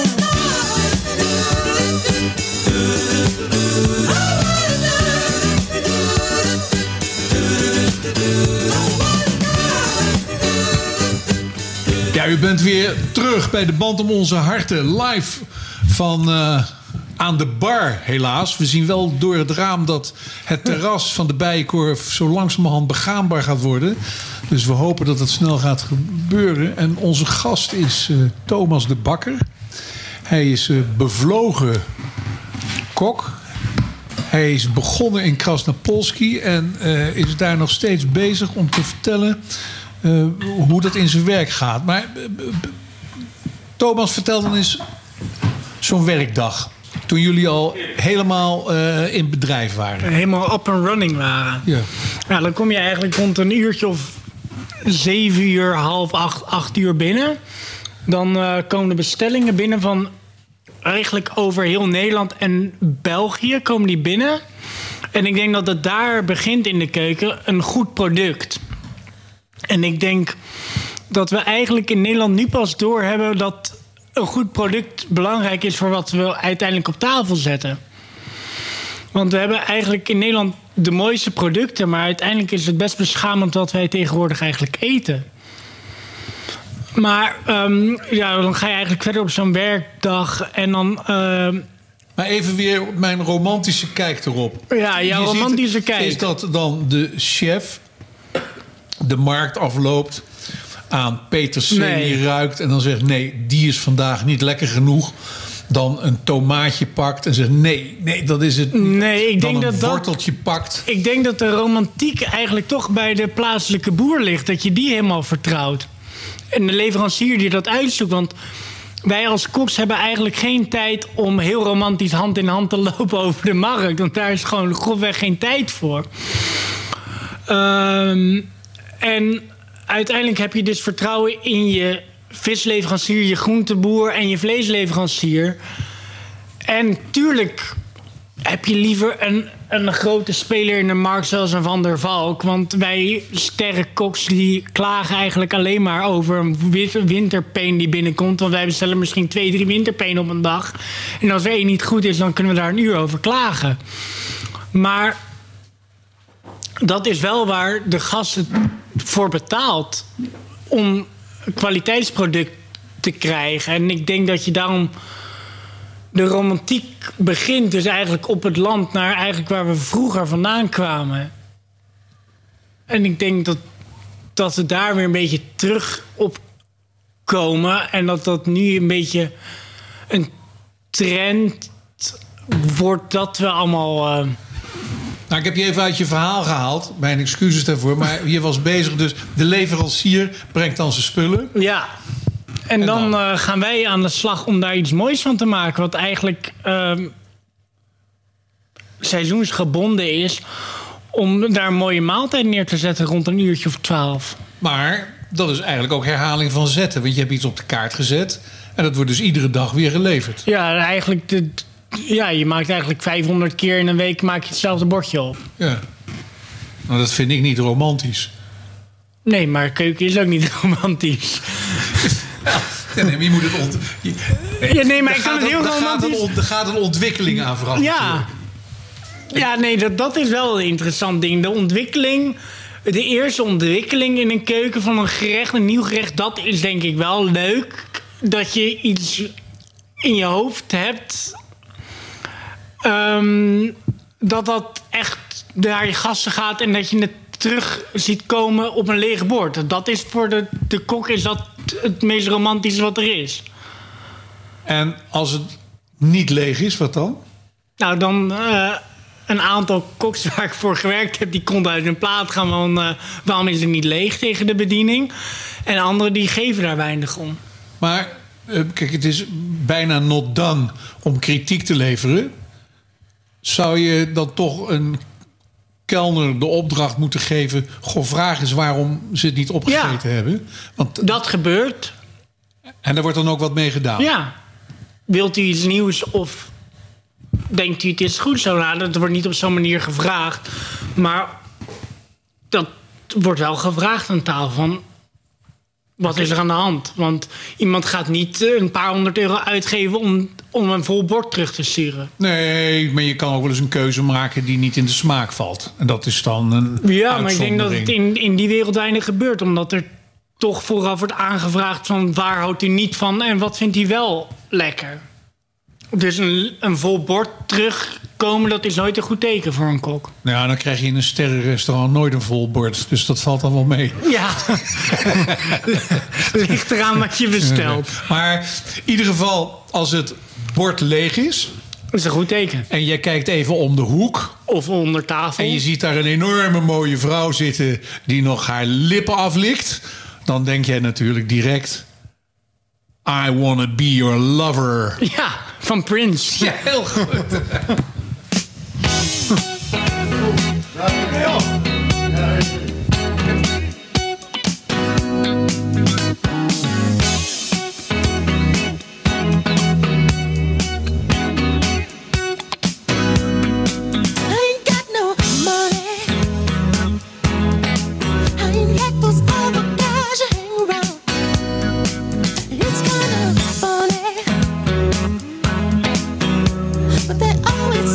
Ja, u bent weer terug bij de Band om onze harten. Live van eh, aan de bar, helaas. We zien wel door het raam dat het terras van de Bijenkorf zo langzamerhand begaanbaar gaat worden. Dus we hopen dat het snel gaat gebeuren. En onze gast is eh, Thomas de Bakker. Hij is eh, bevlogen kok. Hij is begonnen in Krasnapolski en eh, is daar nog steeds bezig om te vertellen uh, hoe dat in zijn werk gaat. Maar uh, uh, Thomas, vertel dan eens zo'n werkdag. Toen jullie al helemaal uh, in bedrijf waren. Helemaal up and running waren. Ja. Ja, dan kom je eigenlijk rond een uurtje of zeven uur, half acht, acht uur binnen. Dan uh, komen de bestellingen binnen van eigenlijk over heel Nederland en België komen die binnen. En ik denk dat het daar begint in de keuken, een goed product. En ik denk dat we eigenlijk in Nederland nu pas doorhebben dat een goed product belangrijk is voor wat we uiteindelijk op tafel zetten. Want we hebben eigenlijk in Nederland de mooiste producten, maar uiteindelijk is het best beschamend wat wij tegenwoordig eigenlijk eten. Maar um, ja, dan ga je eigenlijk verder op zo'n werkdag en dan... Uh, maar even weer mijn romantische kijk erop. Ja, jouw Je romantische ziet, kijk. Is dat dan de chef de markt afloopt, aan peterselie Nee. ruikt en dan zegt nee, die is vandaag niet lekker genoeg. Dan een tomaatje pakt en zegt nee, nee, dat is het niet. Nee, ik dan denk een dat dat- worteltje pakt. Ik denk dat de romantiek eigenlijk toch bij de plaatselijke boer ligt. Dat je die helemaal vertrouwt. En de leverancier die dat uitzoekt. Want wij als koks hebben eigenlijk geen tijd om heel romantisch hand in hand te lopen over de markt. Want daar is gewoon grofweg geen tijd voor. Um, en uiteindelijk heb je dus vertrouwen in je visleverancier, je groenteboer en je vleesleverancier. En tuurlijk heb je liever een, een grote speler in de markt zoals een Van der Valk. Want wij sterrenkoks die klagen eigenlijk alleen maar over een winterpeen die binnenkomt. Want wij bestellen misschien twee, drie winterpeen op een dag. En als er één niet goed is, dan kunnen we daar een uur over klagen. Maar dat is wel waar de gast het voor betaalt om een kwaliteitsproduct te krijgen. En ik denk dat je daarom de romantiek begint dus eigenlijk op het land naar eigenlijk waar we vroeger vandaan kwamen. En ik denk dat, dat we daar weer een beetje terug op komen. En dat dat nu een beetje een trend wordt dat we allemaal... Uh... Nou, ik heb je even uit je verhaal gehaald. Mijn excuses daarvoor. Maar je was bezig, dus de leverancier brengt dan zijn spullen. Ja. En, en dan, dan? Uh, gaan wij aan de slag om daar iets moois van te maken. Wat eigenlijk uh, seizoensgebonden is. Om daar een mooie maaltijd neer te zetten rond een uurtje of twaalf. Maar dat is eigenlijk ook herhaling van zetten. Want je hebt iets op de kaart gezet. En dat wordt dus iedere dag weer geleverd. Ja, eigenlijk... De, ja, je maakt eigenlijk vijfhonderd keer in een week maak je hetzelfde bordje op. Ja. Nou, dat vind ik niet romantisch. Nee, maar keuken is ook niet romantisch. Ja, nee, maar je moet het ont... Je... Ja, nee, maar ik kan het heel er romantisch... Gaat een, er gaat een ontwikkeling aan vooraf. Ja. Ja, nee, dat, dat is wel een interessant ding. De ontwikkeling... De eerste ontwikkeling in een keuken van een gerecht, een nieuw gerecht... dat is denk ik wel leuk. Dat je iets in je hoofd hebt... Um, dat dat echt naar je gasten gaat... en dat je het terug ziet komen op een leeg bord. Dat is voor de, de kok is dat het meest romantische wat er is. En als het niet leeg is, wat dan? Nou, dan uh, een aantal koks waar ik voor gewerkt heb... die konden uit hun plaat gaan van... Uh, waarom is het niet leeg tegen de bediening? En anderen die geven daar weinig om. Maar uh, kijk, het is bijna not done om kritiek te leveren. Zou je dan toch een kelner de opdracht moeten geven... goh, vraag eens waarom ze het niet opgegeten ja, hebben? Want dat gebeurt. En daar wordt dan ook wat mee gedaan? Ja. Wilt u iets nieuws of denkt u het is goed zo? Nou, dat wordt niet op zo'n manier gevraagd. Maar dat wordt wel gevraagd aan tafel van... wat is er aan de hand? Want iemand gaat niet een paar honderd euro uitgeven... om, om een vol bord terug te sturen. Nee, maar je kan ook wel eens een keuze maken... die niet in de smaak valt. En dat is dan een Ja, maar ik denk dat het in, in die wereld weinig gebeurt. Omdat er toch vooraf wordt aangevraagd... van waar houdt u niet van en wat vindt u wel lekker? Dus een, een vol bord terugkomen... dat is nooit een goed teken voor een kok. Nou, dan krijg je in een sterrenrestaurant nooit een vol bord. Dus dat valt dan wel mee. Ja, ligt eraan wat je bestelt. Maar in ieder geval, als het bord leeg is... dat is een goed teken. En jij kijkt even om de hoek... of onder tafel... en je ziet daar een enorme mooie vrouw zitten... die nog haar lippen aflikt... dan denk jij natuurlijk direct... I wanna be your lover. Ja, van Prince. Ja, heel goed. But they always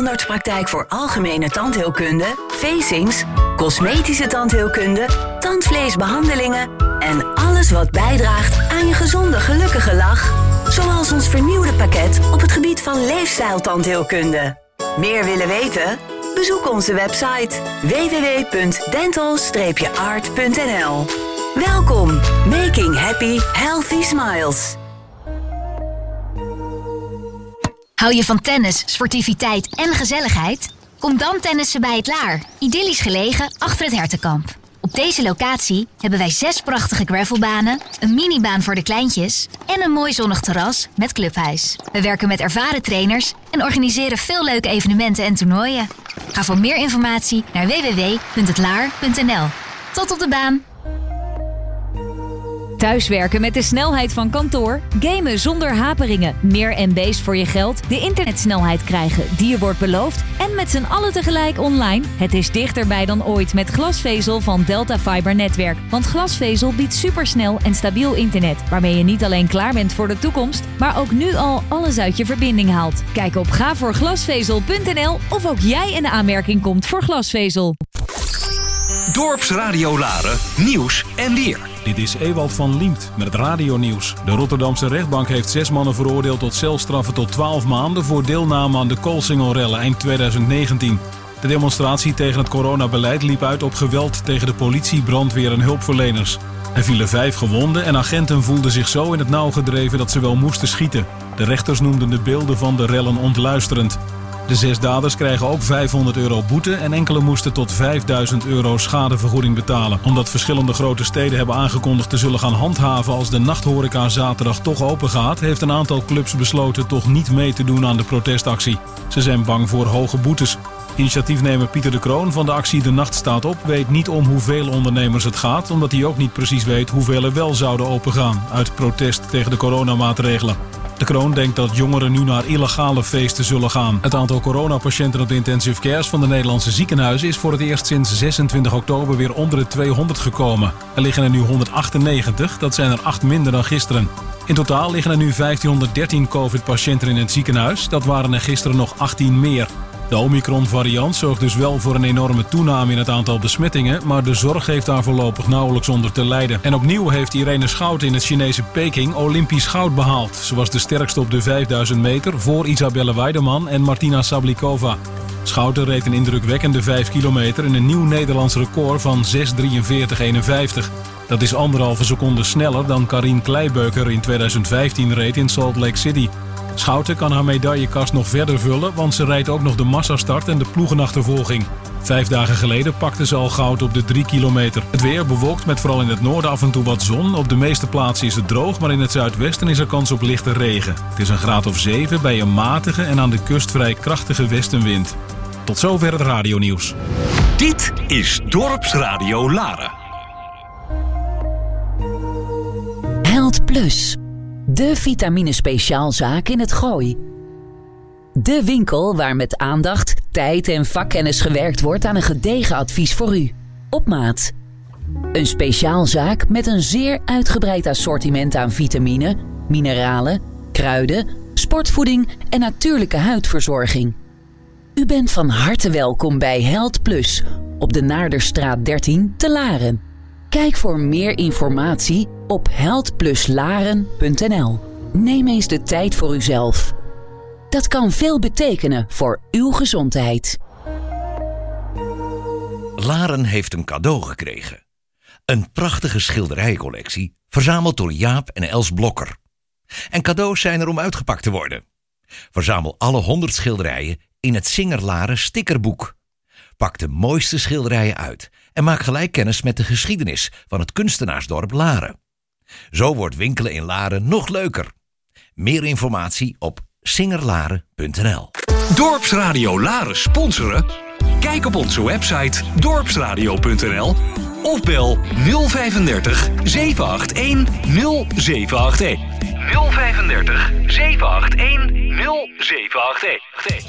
tandartspraktijk voor algemene tandheelkunde, facings, cosmetische tandheelkunde, tandvleesbehandelingen en alles wat bijdraagt aan je gezonde, gelukkige lach. Zoals ons vernieuwde pakket op het gebied van leefstijltandheelkunde. Meer willen weten? Bezoek onze website w w w punt dental art punt n l. Welkom, making happy, healthy smiles. Hou je van tennis, sportiviteit en gezelligheid? Kom dan tennissen bij het Laar, idyllisch gelegen achter het Hertenkamp. Op deze locatie hebben wij zes prachtige gravelbanen, een minibaan voor de kleintjes en een mooi zonnig terras met clubhuis. We werken met ervaren trainers en organiseren veel leuke evenementen en toernooien. Ga voor meer informatie naar w w w punt het laar punt n l. Tot op de baan! Thuiswerken met de snelheid van kantoor, gamen zonder haperingen, meer M B's voor je geld, de internetsnelheid krijgen die je wordt beloofd en met z'n allen tegelijk online. Het is dichterbij dan ooit met glasvezel van Delta Fiber Netwerk. Want glasvezel biedt supersnel en stabiel internet, waarmee je niet alleen klaar bent voor de toekomst, maar ook nu al alles uit je verbinding haalt. Kijk op ga voor glasvezel punt n l of ook jij in de aanmerking komt voor glasvezel. Dorpsradio Laren, nieuws en weer. Dit is Ewald van Liemt met het radionieuws. De Rotterdamse rechtbank heeft zes mannen veroordeeld tot celstraffen tot twaalf maanden... voor deelname aan de Koolsingel-rellen eind tweeduizend negentien. De demonstratie tegen het coronabeleid liep uit op geweld tegen de politie, brandweer en hulpverleners. Er vielen vijf gewonden en agenten voelden zich zo in het nauw gedreven dat ze wel moesten schieten. De rechters noemden de beelden van de rellen ontluisterend. De zes daders krijgen ook vijfhonderd euro boete en enkele moesten tot vijfduizend euro schadevergoeding betalen. Omdat verschillende grote steden hebben aangekondigd te zullen gaan handhaven als de nachthoreca zaterdag toch open gaat, heeft een aantal clubs besloten toch niet mee te doen aan de protestactie. Ze zijn bang voor hoge boetes. Initiatiefnemer Pieter de Kroon van de actie De Nacht Staat Op weet niet om hoeveel ondernemers het gaat, omdat hij ook niet precies weet hoeveel er wel zouden opengaan uit protest tegen de coronamaatregelen. De Kroon denkt dat jongeren nu naar illegale feesten zullen gaan. Het aantal coronapatiënten op de intensive cares van de Nederlandse ziekenhuizen is voor het eerst sinds zesentwintig oktober weer onder de tweehonderd gekomen. Er liggen er nu honderdachtennegentig, dat zijn er acht minder dan gisteren. In totaal liggen er nu vijftienhonderddertien covid-patiënten in het ziekenhuis. Dat waren er gisteren nog achttien meer. De Omicron-variant zorgt dus wel voor een enorme toename in het aantal besmettingen, maar de zorg heeft daar voorlopig nauwelijks onder te lijden. En opnieuw heeft Irene Schouten in het Chinese Peking Olympisch goud behaald. Ze was de sterkste op de vijfduizend meter voor Isabelle Weideman en Martina Sablikova. Schouten reed een indrukwekkende vijf kilometer in een nieuw Nederlands record van zes drieënveertig eenenvijftig. Dat is anderhalve seconde sneller dan Karin Kleibeuker in tweeduizend vijftien reed in Salt Lake City. Schouten kan haar medaillekast nog verder vullen, want ze rijdt ook nog de massastart en de ploegenachtervolging. Vijf dagen geleden pakte ze al goud op de drie kilometer. Het weer bewolkt met vooral in het noorden af en toe wat zon. Op de meeste plaatsen is het droog, maar in het zuidwesten is er kans op lichte regen. Het is een graad of zeven bij een matige en aan de kust vrij krachtige westenwind. Tot zover het radionieuws. Dit is Dorpsradio Laren. Health Plus. De vitamine speciaalzaak in het Gooi. De winkel waar met aandacht, tijd en vakkennis gewerkt wordt aan een gedegen advies voor u. Op maat. Een speciaalzaak met een zeer uitgebreid assortiment aan vitamine, mineralen, kruiden, sportvoeding en natuurlijke huidverzorging. U bent van harte welkom bij Health Plus op de Naarderstraat dertien te Laren. Kijk voor meer informatie op health plus laren punt n l. Neem eens de tijd voor uzelf. Dat kan veel betekenen voor uw gezondheid. Laren heeft een cadeau gekregen. Een prachtige schilderijencollectie, verzameld door Jaap en Els Blokker. En cadeaus zijn er om uitgepakt te worden. Verzamel alle honderd schilderijen in het Singer Laren stickerboek. Pak de mooiste schilderijen uit en maak gelijk kennis met de geschiedenis van het kunstenaarsdorp Laren. Zo wordt winkelen in Laren nog leuker. Meer informatie op singer laren punt n l. Dorpsradio Laren sponsoren? Kijk op onze website dorpsradio punt n l of bel nul vijfendertig zeven acht een nul zeven acht een. nul vijfendertig zeven acht een nul zeven acht een.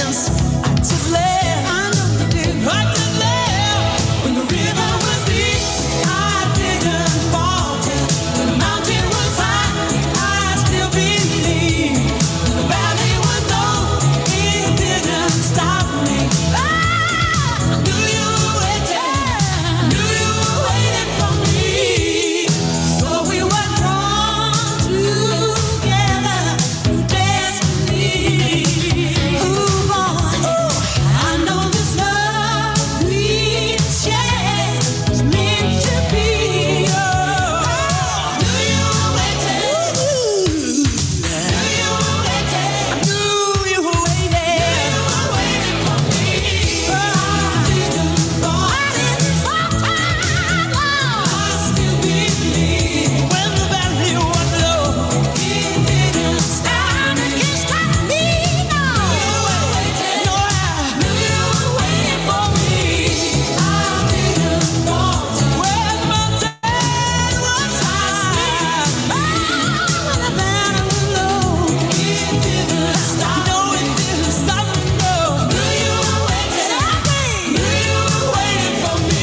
dance. I just laughed. I know you did. I just laughed. When the river was deep, I didn't falter. When the mountain was high, I still believed. When the valley was low, it didn't stop me. Ah, I knew you were waiting. I knew you were waiting for me. So we were drawn together through destiny. Ooh, boy, I know this love we share is meant to be. Oh, knew you were waiting. Knew you were waiting. Knew you were waiting. You were waiting for me. Oh, I didn't fall. I didn't fall. I still believe when the valley was low. It didn't stop. It can't stop me now. You were waiting. No, I knew you were waiting for me. I didn't falter when the mountain was high. When the valley was low, it didn't stop. No, it didn't stop me. No, knew you were waiting. Knew you were waiting for me.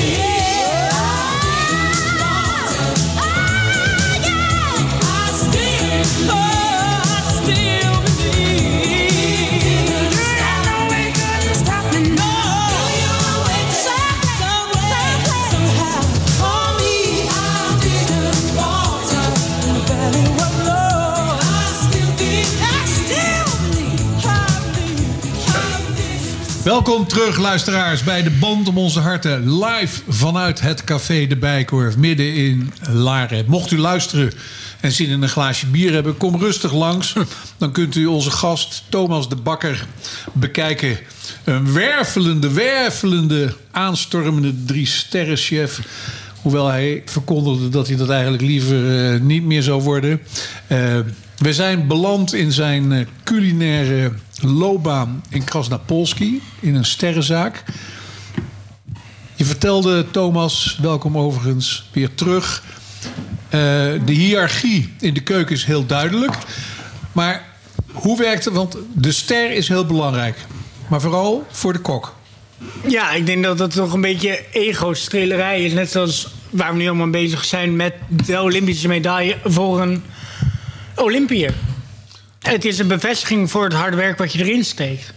I still, oh, I still believe. No way could stop me. No, you were waiting somewhere, somehow for me. I didn't falter. The valley was low. I still believe. I still believe. I believe. I believe. Welkom terug, luisteraars, bij de Band om onze harten. Live vanuit het Café de Bijenkorf, midden in Laren. Mocht u luisteren en zin in een glaasje bier hebben, kom rustig langs. Dan kunt u onze gast Thomas de Bakker bekijken. Een wervelende, wervelende, aanstormende drie-sterrenchef. Hoewel hij verkondigde dat hij dat eigenlijk liever eh, niet meer zou worden. Eh, we zijn beland in zijn eh, culinaire loopbaan in Krasnapolski, in een sterrenzaak. Je vertelde, Thomas, welkom overigens, weer terug. Eh, de hiërarchie in de keuken is heel duidelijk. Maar hoe werkt het? Want de ster is heel belangrijk. Maar vooral voor de kok. Ja, ik denk dat dat toch een beetje ego-strelerij is. Net zoals waar we nu allemaal bezig zijn met de Olympische medaille voor een Olympiër. Het is een bevestiging voor het harde werk wat je erin steekt.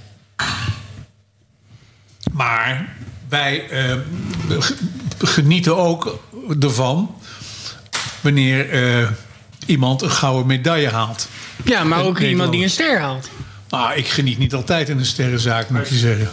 Maar wij eh, g- genieten ook ervan wanneer eh, iemand een gouden medaille haalt. Ja, maar ook In iemand die een Nederland. ster haalt. Ah, ik geniet niet altijd in een sterrenzaak, moet je zeggen.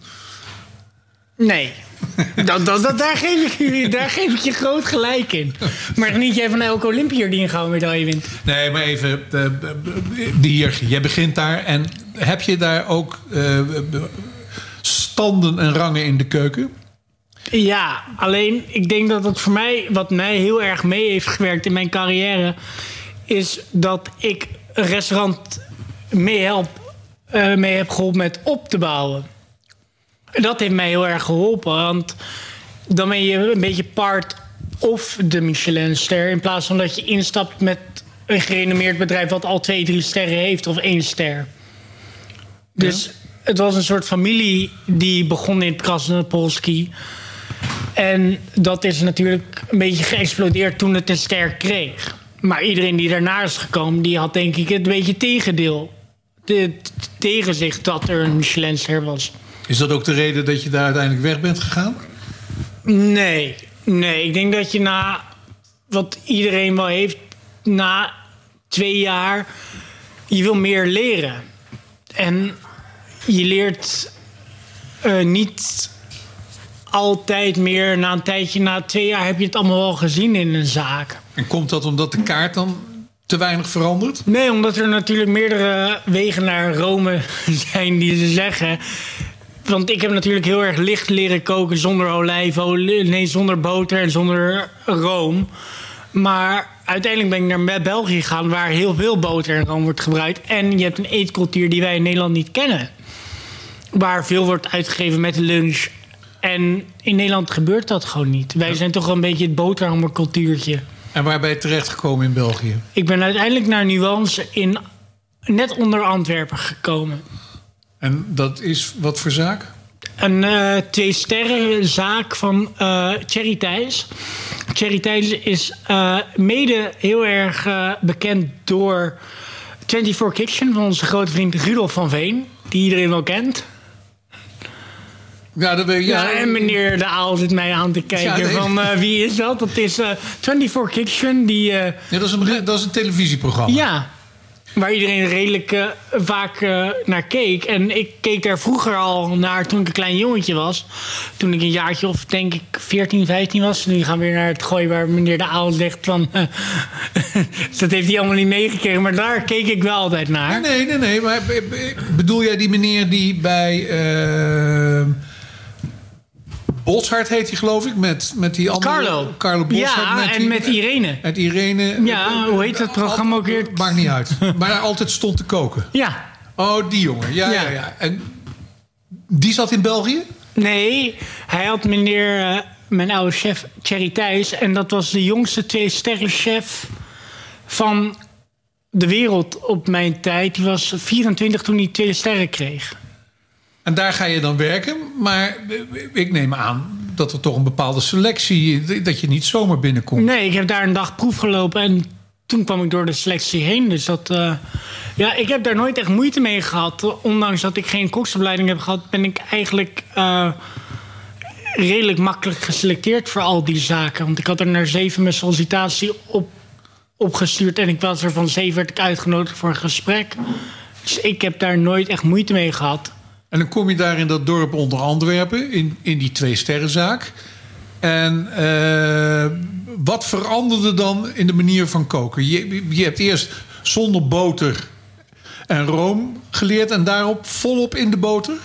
Nee. dat, dat, dat, daar, geef ik, je- daar geef ik je groot gelijk in. Maar geniet jij van elke Olympiër die een gouden medaille wint? Nee, maar even, de, de hiërarchie. Jij begint daar en heb je daar ook eh, standen en rangen in de keuken? Ja, alleen ik denk dat het voor mij, wat mij heel erg mee heeft gewerkt in mijn carrière, is dat ik een restaurant mee, help, eh, mee heb geholpen met op te bouwen. En dat heeft mij heel erg geholpen, want dan ben je een beetje part of de Michelinster, in plaats van dat je instapt met een gerenommeerd bedrijf wat al twee, drie sterren heeft of één ster. Dus het was een soort familie die begon in het Krasnapolski. En dat is natuurlijk een beetje geëxplodeerd toen het een ster kreeg. Maar iedereen die daarna is gekomen, die had denk ik het een beetje tegendeel. De, tegen zich dat er een Michelinster was. Is dat ook de reden dat je daar uiteindelijk weg bent gegaan? Nee, nee. Ik denk dat je na wat iedereen wel heeft, na twee jaar, je wil meer leren. En je leert uh, niet altijd meer. Na een tijdje, na twee jaar heb je het allemaal wel gezien in een zaak. En komt dat omdat de kaart dan te weinig verandert? Nee, omdat er natuurlijk meerdere wegen naar Rome zijn die ze zeggen. Want ik heb natuurlijk heel erg licht leren koken zonder olijfolie, nee, zonder boter en zonder room. Maar uiteindelijk ben ik naar België gegaan, waar heel veel boter en room wordt gebruikt. En je hebt een eetcultuur die wij in Nederland niet kennen. Waar veel wordt uitgegeven met de lunch. En in Nederland gebeurt dat gewoon niet. Wij zijn toch wel een beetje het boterhammercultuurtje. En waar ben je terechtgekomen in België? Ik ben uiteindelijk naar Nuance in net onder Antwerpen gekomen. En dat is wat voor zaak? Een uh, twee sterren zaak van uh, Thierry Thijs. Thierry Thijs is uh, mede heel erg uh, bekend door vierentwintig Kitchen van onze grote vriend Rudolf van Veen, die iedereen wel kent. Ja, dat weet ik. Ja, ja, en meneer De Aal zit mij aan te kijken ja, nee. van uh, wie is dat? Dat is uh, vierentwintig Kitchen. Die, uh, ja, dat, is een, dat is een televisieprogramma. Ja, waar iedereen redelijk uh, vaak uh, naar keek. En ik keek daar vroeger al naar toen ik een klein jongetje was. Toen ik een jaartje of denk ik veertien, vijftien was. Nu gaan we weer naar het gooien waar meneer De Aal zegt van... Uh, dat heeft hij allemaal niet meegekregen. Maar daar keek ik wel altijd naar. Nee, nee, nee. Maar bedoel jij die meneer die bij... Uh, Boshart heet hij, geloof ik, met, met die andere... Carlo. Carlo Boshart. Ja, met en die, met Irene. Met Irene. Ja, hoe heet dat programma ook weer? Maakt niet uit. Maar hij altijd stond te koken. Ja. Oh, die jongen. Ja, ja, ja. ja. En die zat in België? Nee, hij had meneer, uh, mijn oude chef Thierry Thijs... en dat was de jongste twee-sterren-chef van de wereld op mijn tijd. Die was vierentwintig toen hij twee sterren kreeg. En daar ga je dan werken, maar ik neem aan dat er toch een bepaalde selectie... dat je niet zomaar binnenkomt. Nee, ik heb daar een dag proef gelopen en toen kwam ik door de selectie heen. Dus dat, uh, ja, ik heb daar nooit echt moeite mee gehad. Ondanks dat ik geen koksopleiding heb gehad, ben ik eigenlijk uh, redelijk makkelijk geselecteerd voor al die zaken. Want ik had er naar zeven mijn sollicitatie op, opgestuurd en ik was er van zeven werd ik uitgenodigd voor een gesprek. Dus ik heb daar nooit echt moeite mee gehad. En dan kom je daar in dat dorp onder Antwerpen, in, in die twee-sterrenzaak. En uh, wat veranderde dan in de manier van koken? Je, je hebt eerst zonder boter en room geleerd en daarop volop in de boter?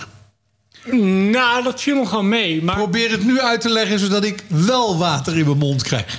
Nou, dat viel me gewoon mee. Maar... Probeer het nu uit te leggen, zodat ik wel water in mijn mond krijg.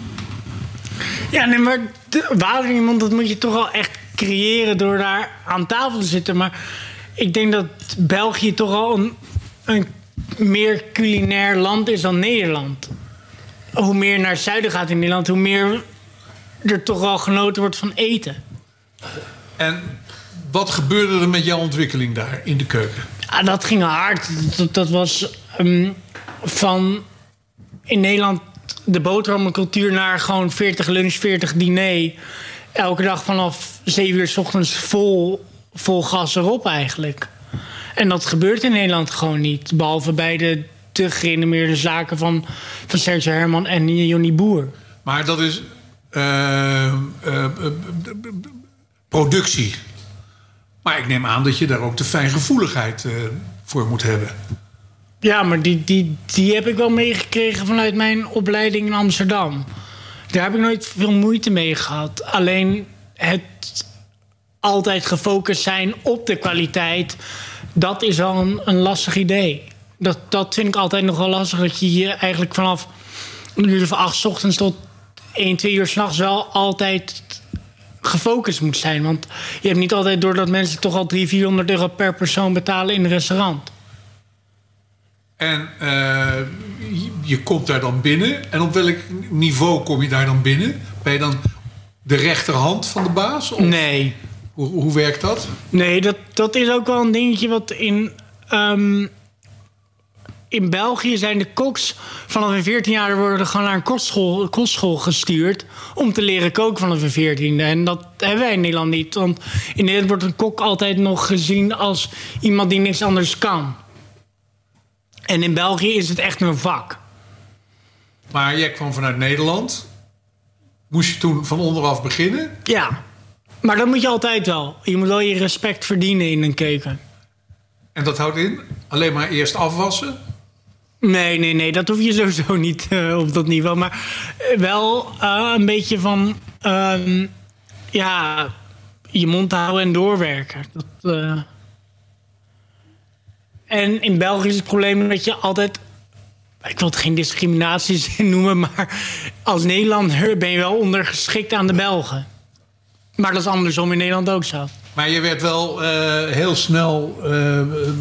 Ja, nee, maar de, water in je mond, dat moet je toch wel echt creëren door daar aan tafel te zitten. Maar ik denk dat België toch al een, een meer culinair land is dan Nederland. Hoe meer naar het zuiden gaat in Nederland, hoe meer er toch wel genoten wordt van eten. En wat gebeurde er met jouw ontwikkeling daar in de keuken? Ja, dat ging hard. Dat, dat was um, van in Nederland de boterhammencultuur naar gewoon veertig lunch, veertig diner. Elke dag vanaf zeven uur 's ochtends vol, vol gas erop eigenlijk. En dat gebeurt in Nederland gewoon niet. Behalve bij de te gerenommeerde zaken van, van Sergio Herman en Johnny Boer. Maar dat is uh, uh, uh, productie. Maar ik neem aan dat je daar ook de fijngevoeligheid uh, voor moet hebben. Ja, maar die, die, die heb ik wel meegekregen vanuit mijn opleiding in Amsterdam. Daar heb ik nooit veel moeite mee gehad. Alleen het altijd gefocust zijn op de kwaliteit, dat is wel een, een lastig idee. Dat, dat vind ik altijd nog wel lastig. Dat je hier eigenlijk vanaf een uur van acht 's ochtends tot één, twee uur 's nachts wel altijd gefocust moet zijn. Want je hebt niet altijd door dat mensen toch al driehonderd, vierhonderd euro per persoon betalen in een restaurant. En uh, je, je komt daar dan binnen. En op welk niveau kom je daar dan binnen? Ben je dan de rechterhand van de baas? Of Nee. Hoe, hoe werkt dat? Nee, dat, dat is ook wel een dingetje wat in... Um, in België zijn de koks vanaf hun veertien jaar worden gewoon naar een kostschool, kostschool gestuurd om te leren koken vanaf hun veertiende. En dat hebben wij in Nederland niet. Want in Nederland wordt een kok altijd nog gezien als iemand die niks anders kan. En in België is het echt een vak. Maar jij kwam vanuit Nederland. Moest je toen van onderaf beginnen? Ja, maar dat moet je altijd wel. Je moet wel je respect verdienen in een keuken. En dat houdt in alleen maar eerst afwassen? Nee, nee, nee, dat hoef je sowieso niet uh, op dat niveau. Maar uh, wel uh, een beetje van... Uh, ja, je mond houden en doorwerken. Dat, uh... En in België is het probleem dat je altijd... Ik wil het geen discriminaties noemen, maar als Nederlander ben je wel ondergeschikt aan de Belgen. Maar dat is andersom in Nederland ook zo. Maar je werd wel uh, heel snel uh,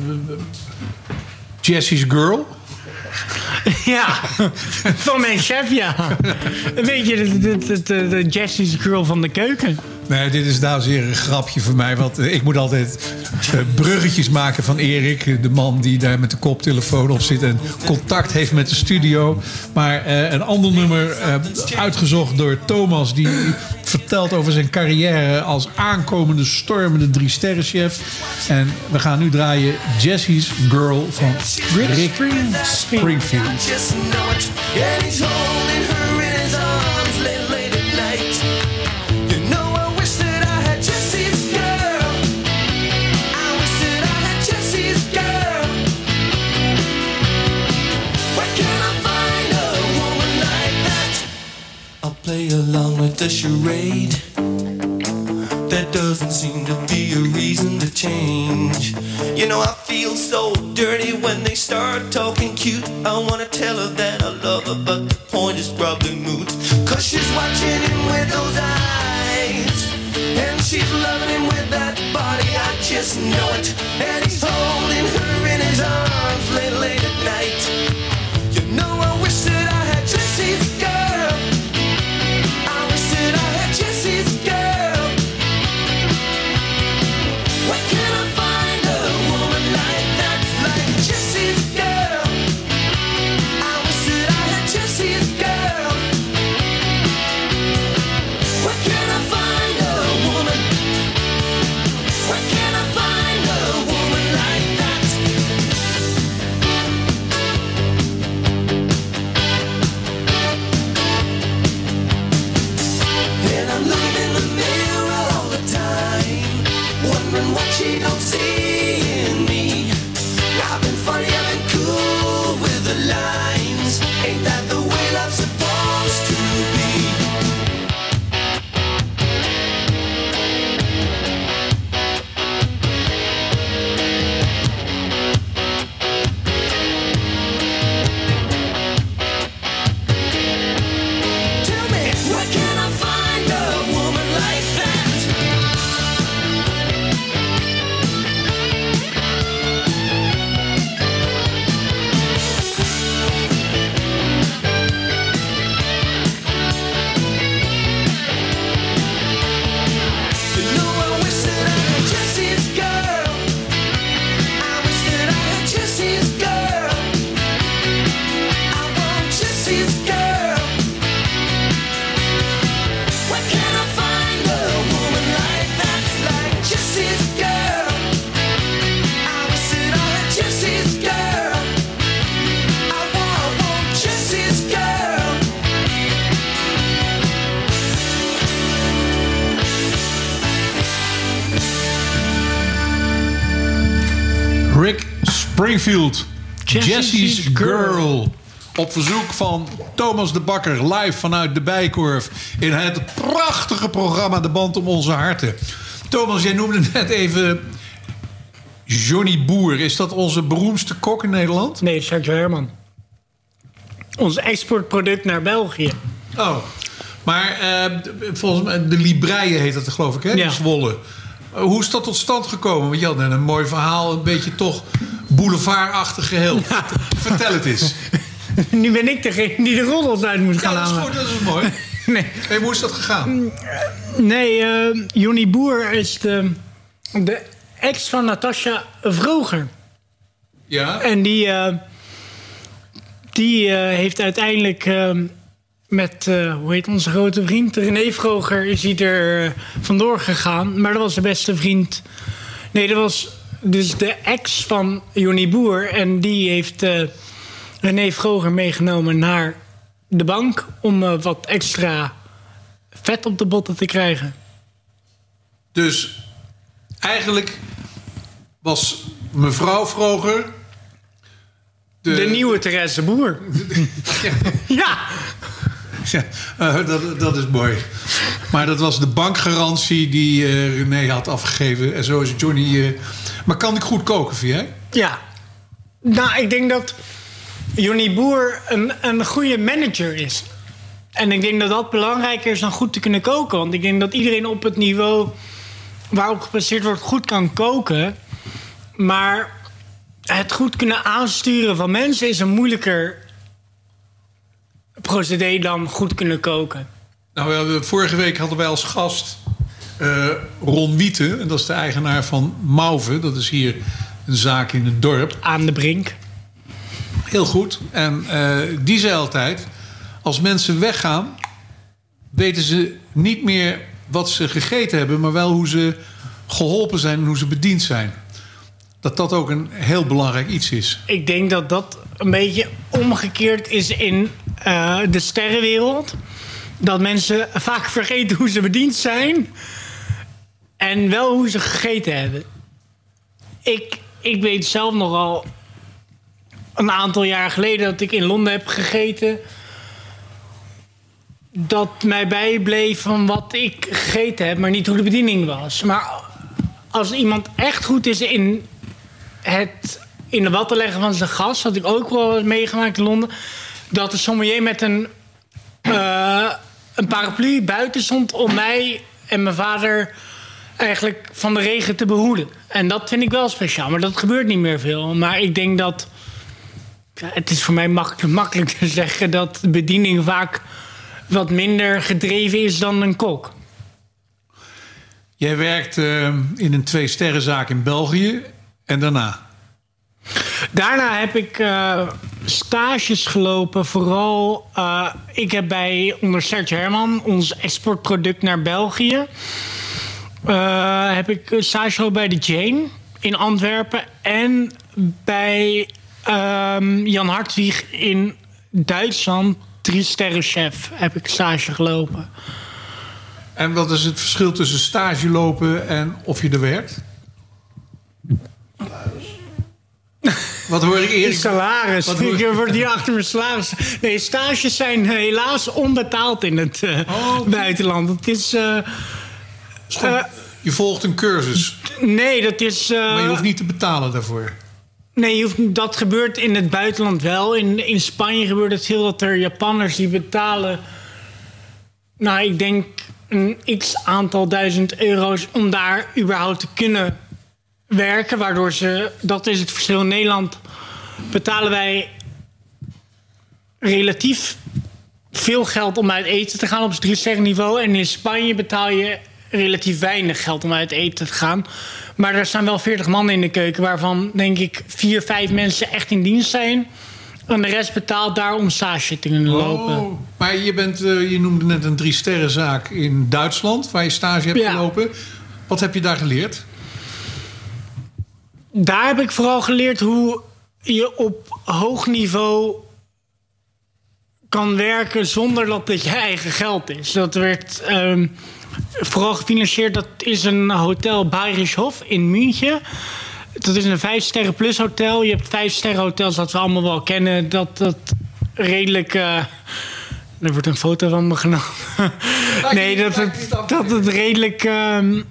Jesse's girl. Ja, van mijn chef, ja. Een beetje de, de, de, de Jesse's girl van de keuken. Nee, dit is dames en heren een grapje voor mij. Want uh, ik moet altijd uh, bruggetjes maken van Erik. De man die daar met de koptelefoon op zit en contact heeft met de studio. Maar uh, een ander nummer uh, uitgezocht door Thomas. Die vertelt over zijn carrière als aankomende stormende drie sterrenchef. En we gaan nu draaien Jessie's Girl van Rick Springfield. Play along with the charade. There doesn't seem to be a reason to change. You know I feel so dirty when they start talking cute. I wanna tell her that I love her, but the point is probably moot. Cause she's watching him with those eyes, and she's loving him with that body, I just know it. And he's holding her in his arms late, late at night. You know I wish that I had Jesse's girl. Jesse's girl. Where can I find a woman like that? Like Jesse's girl. I wish that I had Jesse's girl. Where can I find a woman? Where can I find a woman like that? And I'm looking in the mirror all the time, wondering what she don't see in me. I've been funny, I've been cool with the lines. Ain't that the way love's supposed to be? Tell me, where can I find a woman like that? You know I wish that I had Jesse's girl. I wish that I had Jesse's girl. I want Jesse's girl. Where can I find a woman like that? Like Jesse's girl. I wish that I had Jesse's girl. I want, I want Jesse's girl. Rick Springfield, Jesse's Jesse's Girl. Girl. Op verzoek van Thomas de Bakker, live vanuit de Bijenkorf. In het prachtige programma De Band om Onze Harten. Thomas, jij noemde net even Johnny Boer. Is dat onze beroemdste kok in Nederland? Nee, Sergio Herman. Ons exportproduct naar België. Oh, maar eh, volgens mij, de Libreien heet dat geloof ik, hè? Ja. In Zwolle. Uh, hoe is dat tot stand gekomen? Want je had net een mooi verhaal, een beetje toch boulevardachtig geheel. Ja. Vertel het eens. Nu ben ik degene die de roddels uit moet gaan Ja, dat is halen. goed, dat is mooi. Nee. Hey, hoe is dat gegaan? Nee, uh, Johnny Boer is de, de ex van Natasja Vroger. Ja? En die, uh, die uh, heeft uiteindelijk uh, met, uh, hoe heet onze grote vriend? René Vroger is hij er uh, vandoor gegaan. Maar dat was de beste vriend. Nee, dat was dus de ex van Johnny Boer. En die heeft uh, René Vroger meegenomen naar de bank om uh, wat extra vet op de botten te krijgen. Dus eigenlijk was mevrouw Vroger De, de nieuwe Therese Boer. ja. Ja. Ja, uh, dat, dat is mooi. Maar dat was de bankgarantie die uh, René had afgegeven. En zo is Johnny... Uh... Maar kan ik goed koken, vind jij? Ja. Nou, ik denk dat Johnny Boer een, een goede manager is. En ik denk dat dat belangrijker is dan goed te kunnen koken. Want ik denk dat iedereen op het niveau waarop gebaseerd wordt goed kan koken. Maar het goed kunnen aansturen van mensen is een moeilijker procedé dan goed kunnen koken. Nou, we hadden- vorige week hadden wij als gast Uh, Ron Wieten, en dat is de eigenaar van Mauve. Dat is hier een zaak in het dorp. Aan de Brink. Heel goed. En uh, die zei altijd... als mensen weggaan... weten ze niet meer wat ze gegeten hebben... maar wel hoe ze geholpen zijn en hoe ze bediend zijn. Dat dat ook een heel belangrijk iets is. Ik denk dat dat een beetje omgekeerd is in uh, de sterrenwereld. Dat mensen vaak vergeten hoe ze bediend zijn... en wel hoe ze gegeten hebben. Ik, ik weet zelf nogal een aantal jaar geleden... dat ik in Londen heb gegeten... dat mij bijbleef van wat ik gegeten heb... maar niet hoe de bediening was. Maar als iemand echt goed is in het in de watten leggen van zijn gast... had ik ook wel meegemaakt in Londen... dat de sommelier met een, uh, een paraplu buiten stond... om mij en mijn vader eigenlijk van de regen te behoeden. En dat vind ik wel speciaal, maar dat gebeurt niet meer veel. Maar ik denk dat... Ja, het is voor mij makkelijk, makkelijk te zeggen... dat de bediening vaak wat minder gedreven is dan een kok. Jij werkt uh, in een twee-sterrenzaak in België en daarna? Daarna heb ik uh, stages gelopen. Vooral, uh, ik heb bij onder Serge Herman, ons exportproduct naar België... Uh, heb ik stage gelopen bij de Jane in Antwerpen... en bij um, Jan Hartwig in Duitsland, drie sterren chef, heb ik stage gelopen. En wat is het verschil tussen stage lopen en of je er werkt? Wat hoor ik eerst? Salaris. Wat hoor... Ik word hier achter mijn salaris. Nee, stages zijn helaas onbetaald in het uh, oh, buitenland. Het is... Uh, uh, je volgt een cursus? Nee, dat is... Uh, maar je hoeft niet te betalen daarvoor? Nee, je hoeft, dat gebeurt in het buitenland wel. In, in Spanje gebeurt het veel dat er Japanners die betalen... Nou, ik denk een x-aantal duizend euro's... om daar überhaupt te kunnen werken. Waardoor ze... Dat is het verschil. In Nederland betalen wij relatief veel geld om uit eten te gaan op het drie sterren niveau. En in Spanje betaal je relatief weinig geld om uit eten te gaan. Maar er staan wel veertig man in de keuken... waarvan, denk ik, vier, vijf mensen echt in dienst zijn... en de rest betaalt daar om stage te kunnen lopen. Oh, maar je, bent, uh, je noemde net een drie-sterrenzaak in Duitsland... waar je stage hebt ja. gelopen. Wat heb je daar geleerd? Daar heb ik vooral geleerd hoe je op hoog niveau kan werken... zonder dat het je eigen geld is. Dat werd... Um, Vooral gefinancierd, dat is een hotel Bayerisch Hof in München. Dat is een vijf sterren plus hotel. Je hebt vijf sterren hotels dat we allemaal wel kennen. Dat dat redelijk... Uh, er wordt een foto van me genomen. Nee, dat het, dat het redelijk um,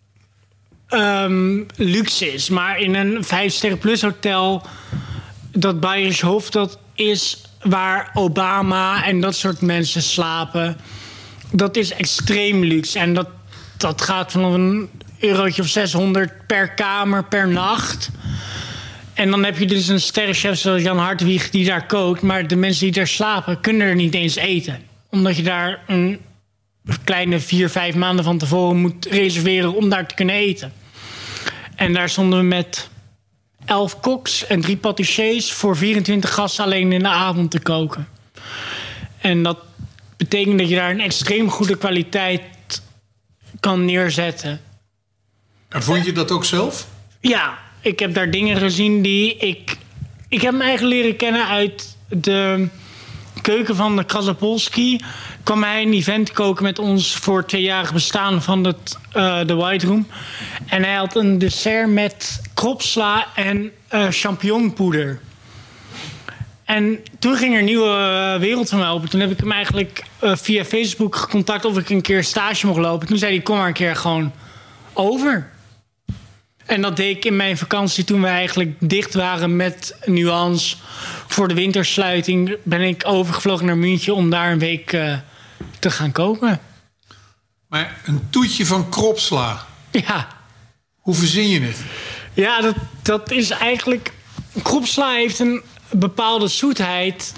um, luxe is. Maar in een vijf sterren plus hotel... dat Bayerisch Hof, dat is waar Obama en dat soort mensen slapen... Dat is extreem luxe. En dat, dat gaat vanaf een eurotje of zeshonderd per kamer per nacht. En dan heb je dus een sterrenchef zoals Jan Hartwig die daar kookt. Maar de mensen die daar slapen kunnen er niet eens eten. Omdat je daar een kleine vier, vijf maanden van tevoren moet reserveren om daar te kunnen eten. En daar stonden we met elf koks en drie patissiers voor vierentwintig gasten alleen in de avond te koken. En dat betekent dat je daar een extreem goede kwaliteit kan neerzetten. En vond je dat ook zelf? Ja, ik heb daar dingen gezien die ik... Ik heb me eigenlijk leren kennen uit de keuken van de Krasapolski. Kwam hij een event koken met ons voor het tweejarig bestaan van het, uh, de White Room. En hij had een dessert met kropsla en uh, champignonpoeder. En toen ging er een nieuwe wereld van mij open. Toen heb ik hem eigenlijk uh, via Facebook gecontact of ik een keer stage mocht lopen. Toen zei hij, kom maar een keer gewoon over. En dat deed ik in mijn vakantie toen we eigenlijk dicht waren met Nuance. Voor de wintersluiting ben ik overgevlogen naar München om daar een week uh, te gaan koken. Maar een toetje van kropsla. Ja. Hoe verzin je het? Ja, dat, dat is eigenlijk... Kropsla heeft een bepaalde zoetheid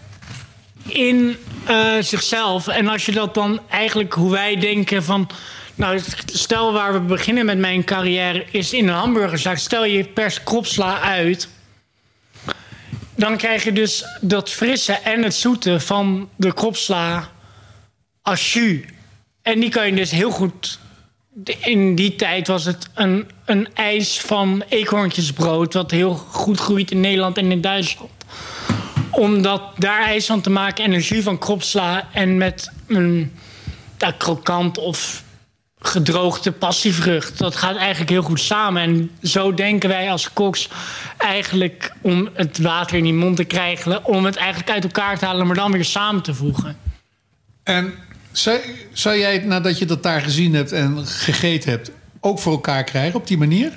in uh, zichzelf. En als je dat dan eigenlijk, hoe wij denken van... Nou, stel waar we beginnen met mijn carrière is in een hamburgerzaak. Stel je pers kropsla uit. Dan krijg je dus dat frisse en het zoete van de kropsla als jus. En die kan je dus heel goed... In die tijd was het een, een ijs van eekhoorntjesbrood... wat heel goed groeit in Nederland en in Duitsland. Om dat daar ijs van te maken en een jus van kropsla... en met een ja, krokant of gedroogde passievrucht. Dat gaat eigenlijk heel goed samen. En zo denken wij als koks eigenlijk om het water in die mond te krijgen... om het eigenlijk uit elkaar te halen, maar dan weer samen te voegen. En zou, zou jij, nadat je dat daar gezien hebt en gegeten hebt... ook voor elkaar krijgen op die manier?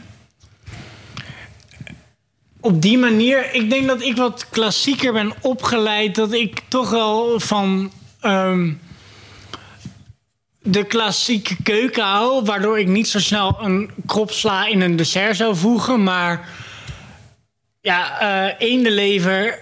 Op die manier, ik denk dat ik wat klassieker ben opgeleid. Dat ik toch wel van um, de klassieke keuken hou. Waardoor ik niet zo snel een kropsla in een dessert zou voegen. Maar ja, uh, eendenlever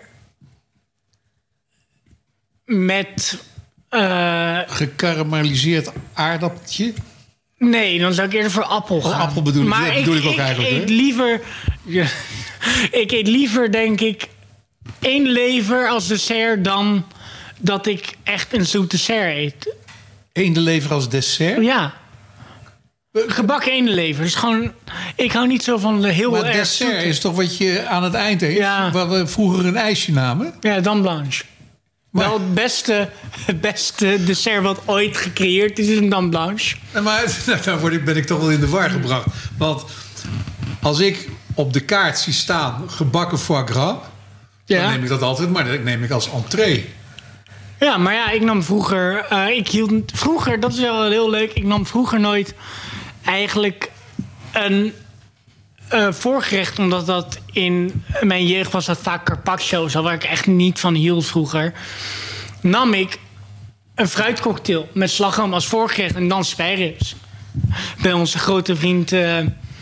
met... Uh, Gekarameliseerd aardappeltje? Nee, dan zou ik eerder voor appel gaan. Oh, appel bedoel ik, maar dat bedoel ik, ik ook eigenlijk. Ik eet hè? liever... Ja, ik eet liever, denk ik, één lever als dessert... dan dat ik echt een zoet dessert eet. Eendenlever als dessert? Ja. Gebakken eendenlever. Dus gewoon... Ik hou niet zo van de heel maar erg dessert zoete. is toch wat je aan het eind eet? Ja. Waar we vroeger een ijsje namen? Ja, dan blanche. Maar... Wel het beste, het beste dessert wat ooit gecreëerd is, is een dame blanche. Maar daar word ik, ben ik toch wel in de war gebracht. Want als ik op de kaart zie staan gebakken foie gras... Ja. dan neem ik dat altijd, maar dat neem ik als entree. Ja, maar ja, ik nam vroeger... Uh, ik hield vroeger, dat is wel heel leuk... ik nam vroeger nooit eigenlijk een uh, voorgerecht... omdat dat in mijn jeugd was dat vaak carpaccio... zo waar ik echt niet van hield vroeger... nam ik een fruitcocktail met slagroom als voorgerecht... en dan spijribs. Bij onze grote vriend... Uh, uh,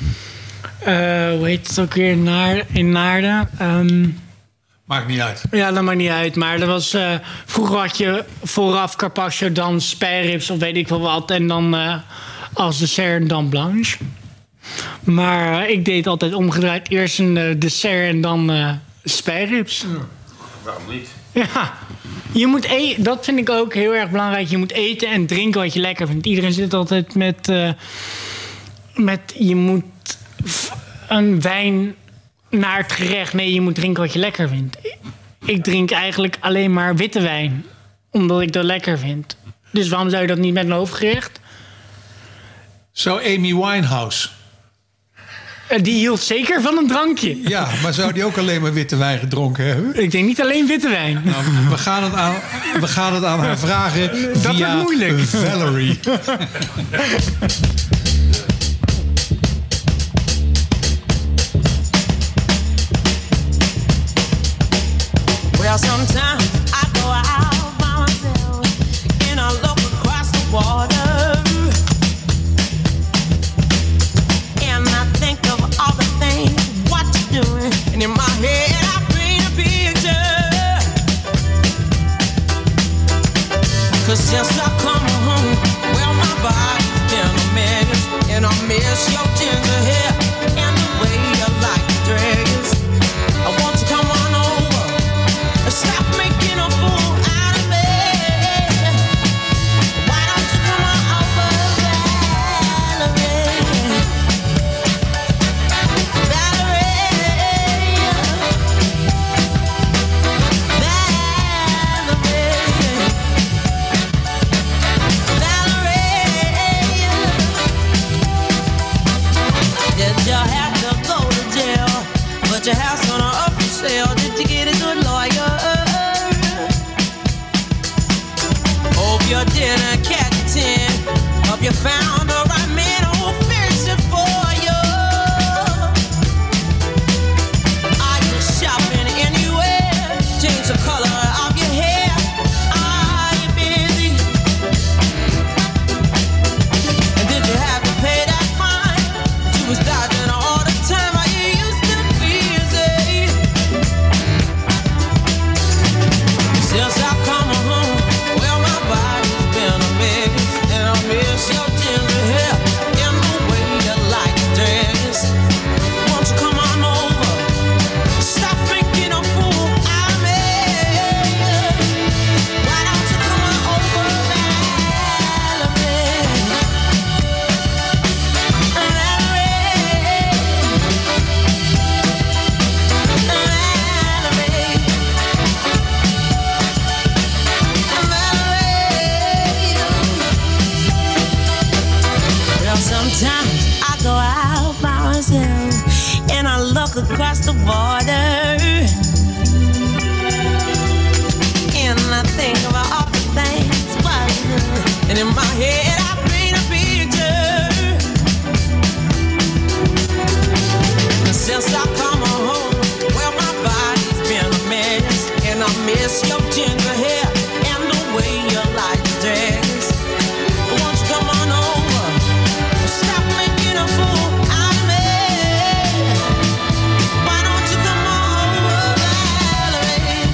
hoe heet het ook weer? Naar, in Naarden... Um, Maakt niet uit. Ja, dat maakt niet uit. Maar er was, uh, vroeger had je vooraf carpaccio, dan spijribs of weet ik wel wat. En dan uh, als dessert een dame blanche. Maar uh, ik deed altijd omgedraaid. Eerst een uh, dessert en dan uh, spijribs. Ja. Waarom niet? Ja, je moet eten. Dat vind ik ook heel erg belangrijk. Je moet eten en drinken wat je lekker vindt. Iedereen zit altijd met... Uh, met je moet een wijn... naar het gerecht. Nee, je moet drinken wat je lekker vindt. Ik drink eigenlijk alleen maar witte wijn. Omdat ik dat lekker vind. Dus waarom zou je dat niet met een hoofdgerecht? Zou Amy Winehouse... Die hield zeker van een drankje. Ja, maar zou die ook alleen maar witte wijn gedronken hebben? Ik denk niet alleen witte wijn. Nou, we, gaan het aan, we gaan het aan haar vragen dat via wordt moeilijk. Valerie. Well, sometimes I go out by myself and I look across the water and I think of all the things what you're doing, and in my head I paint a picture. Cause since I come home, well, my body's been a mess, and I miss your ginger hair and the way you like to dress. I want to come on over. Stop making a fool out of me. Why don't you come on over, Valerie? Valerie. Valerie. Did you have to go to jail? But your house on up for sale. Did you get a good lawyer? Hope you didn't catch a ten. Hope you found the right man who'll fix it for you. Are you shopping anywhere? Change the color of your hair. Are you busy? And did you have to pay that fine? You was dodging all the time. Are you used to busy? Since I come home, well, my body's been a mess, and I miss your ginger the water. And I think about all the things, and in my head I paint a picture. Since I come home, well my body's been a mess, and I miss your ginger hair and the way you like to dance. Won't you come on over? Stop making a fool out of me. Why don't you come on over, Valerie?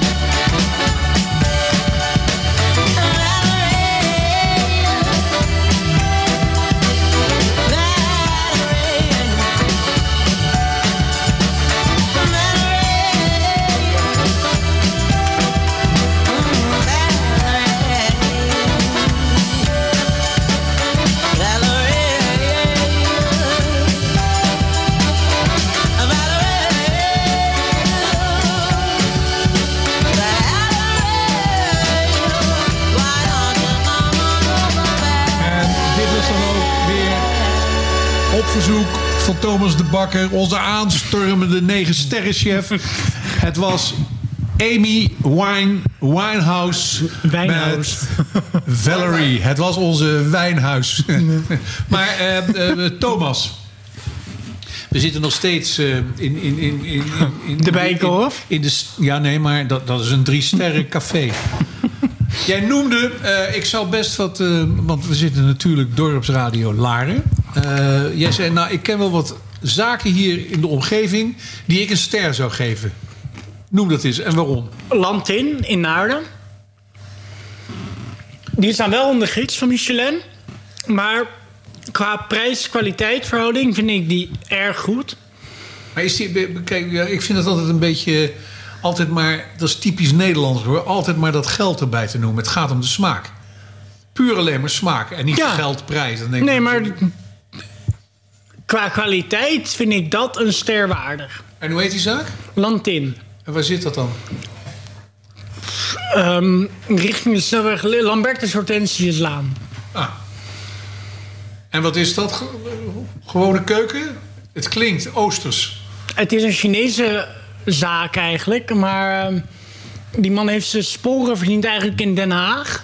Op verzoek van Thomas de Bakker, onze aanstormende negen sterrenchef. Het was Amy Wine, Winehouse Wijnhuis. met Valerie. Het was onze wijnhuis. Maar uh, uh, Thomas, we zitten nog steeds uh, in, in, in, in, in, in de Bijenkorf? In, in de, ja, nee, maar dat, dat is een drie sterren café. Jij noemde, uh, ik zou best wat, uh, want we zitten natuurlijk Dorpsradio Laren. Uh, jij zei, nou, ik ken wel wat zaken hier in de omgeving die ik een ster zou geven. Noem dat eens, en waarom? Landin in Naarden. Die staan wel onder gids van Michelin. Maar qua prijs-kwaliteit verhouding vind ik die erg goed. Maar is die, kijk, ja, ik vind het altijd een beetje, altijd maar, dat is typisch Nederlands hoor, altijd maar dat geld erbij te noemen. Het gaat om de smaak. Puur alleen maar smaak en niet Ja. geld, prijs. Dan denk Nee, ik, maar qua kwaliteit vind ik dat een ster waardig. En hoe heet die zaak? Landin. En waar zit dat dan? Um, richting de snelweg Lambertus Hortensiuslaan. Ah. En wat is dat? Gewone keuken? Het klinkt oosters. Het is een Chinese zaak eigenlijk, maar um, die man heeft zijn sporen verdiend eigenlijk in Den Haag.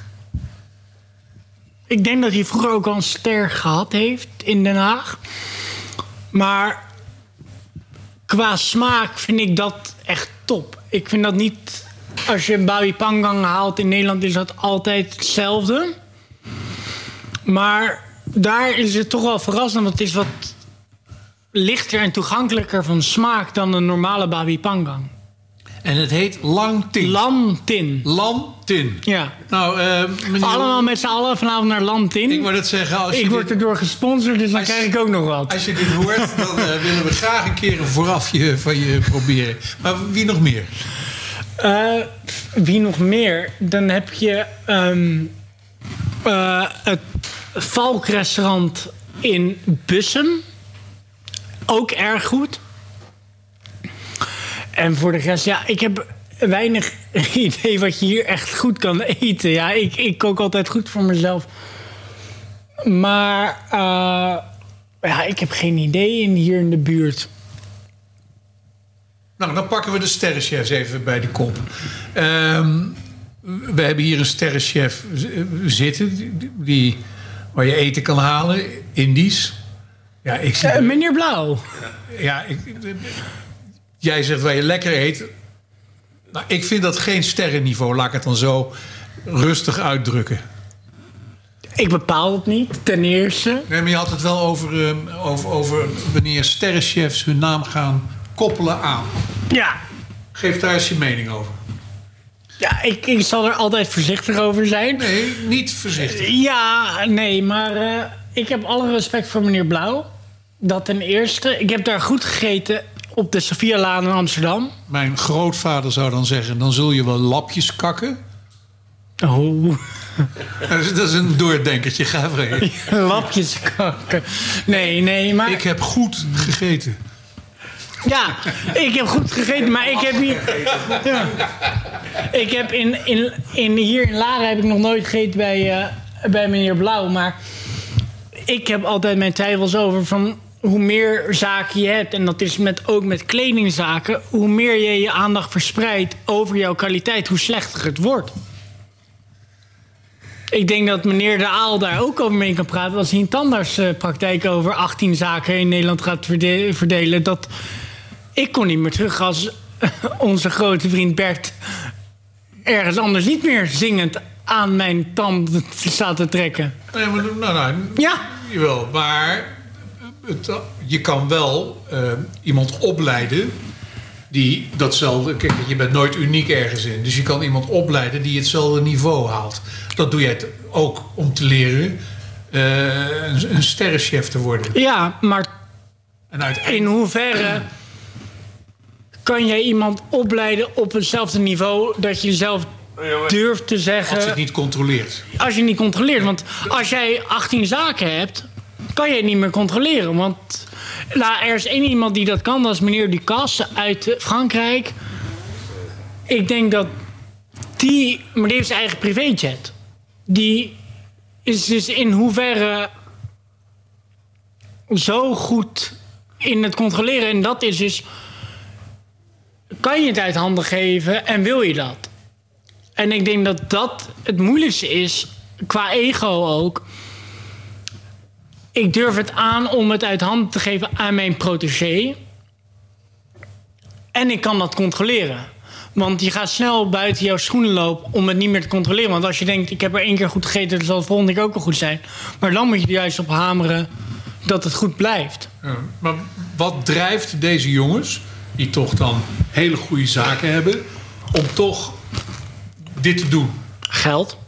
Ik denk dat hij vroeger ook al een ster gehad heeft in Den Haag. Maar qua smaak vind ik dat echt top. Ik vind dat niet, als je een babi pangang haalt in Nederland, is dat altijd hetzelfde. Maar daar is het toch wel verrassend, want het is wat lichter en toegankelijker van smaak dan een normale babi pangang. En het heet Lang Tin. Lantin. Lantin. Ja. Nou, uh, meneer... Allemaal met z'n allen vanavond naar Lantin. Ik wou dat zeggen. Als je ik word dit... erdoor gesponsord, dus dan Als- krijg ik ook nog wat. Als je dit hoort, dan uh, willen we graag een keer een voorafje van je proberen. Maar wie nog meer? Uh, wie nog meer? Dan heb je um, uh, het Valkrestaurant in Bussum. Ook erg goed. En voor de rest, ja, ik heb weinig idee wat je hier echt goed kan eten. Ja, ik, ik kook altijd goed voor mezelf. Maar uh, ja, ik heb geen idee in, hier in de buurt. Nou, dan pakken we de sterrenchefs even bij de kop. Um, we hebben hier een sterrenchef z- zitten, die, die, waar je eten kan halen, Indisch. Ja, ik zie... Uh, meneer Blauw. Ja, ik, jij zegt waar je lekker eet. Nou, ik vind dat geen sterrenniveau, laat ik het dan zo rustig uitdrukken. Ik bepaal het niet, ten eerste. Nee, maar je had het wel over, um, over, over wanneer sterrenchefs hun naam gaan koppelen aan. Ja. Geef daar eens je mening over. Ja, ik, ik zal er altijd voorzichtig over zijn. Nee, niet voorzichtig. Ja, nee, maar uh, ik heb alle respect voor meneer Blauw. Dat ten eerste. Ik heb daar goed gegeten op de Sophialaan in Amsterdam. Mijn grootvader zou dan zeggen, dan zul je wel lapjes kakken. Oh. Dat is, dat is een doordenkertje, ga vrij. Lapjes kakken. Nee, nee, maar... Ik heb goed gegeten. Ja, ik heb goed gegeten, maar ik heb hier... Ja. Ik heb in, in, in, hier in Laren heb ik nog nooit gegeten bij, uh, bij meneer Blauw. Maar ik heb altijd mijn twijfels over van... hoe meer zaken je hebt, en dat is met, ook met kledingzaken, hoe meer je je aandacht verspreidt over jouw kwaliteit, hoe slechter het wordt. Ik denk dat meneer De Aal daar ook over mee kan praten. Als hij een tandartspraktijk over achttien zaken in Nederland gaat verde- verdelen. Dat ik kon niet meer terug als onze grote vriend Bert ergens anders niet meer zingend aan mijn tand staat te trekken. Nee, maar, nou, nou, ja. Jawel, maar het, je kan wel uh, iemand opleiden die datzelfde... Kijk, je bent nooit uniek ergens in. Dus je kan iemand opleiden die hetzelfde niveau haalt. Dat doe jij het ook om te leren uh, een, een sterrenchef te worden. Ja, maar en uiteindelijk... in hoeverre kan jij iemand opleiden op hetzelfde niveau dat je zelf durft te zeggen... Als je het niet controleert. Als je het niet controleert. Want als jij achttien zaken hebt, kan je het niet meer controleren. Want nou, er is één iemand die dat kan, dat is meneer Ducasse uit Frankrijk. Ik denk dat die... Maar die heeft zijn eigen privéjet. Die is dus in hoeverre zo goed in het controleren. En dat is dus... Kan je het uit handen geven en wil je dat? En ik denk dat dat het moeilijkste is, qua ego ook. Ik durf het aan om het uit handen te geven aan mijn protégé. En ik kan dat controleren. Want je gaat snel buiten jouw schoenen lopen om het niet meer te controleren. Want als je denkt, ik heb er één keer goed gegeten, dan zal het volgende keer ook wel goed zijn. Maar dan moet je er juist op hameren dat het goed blijft. Ja, maar wat drijft deze jongens, die toch dan hele goede zaken hebben, om toch dit te doen? Geld.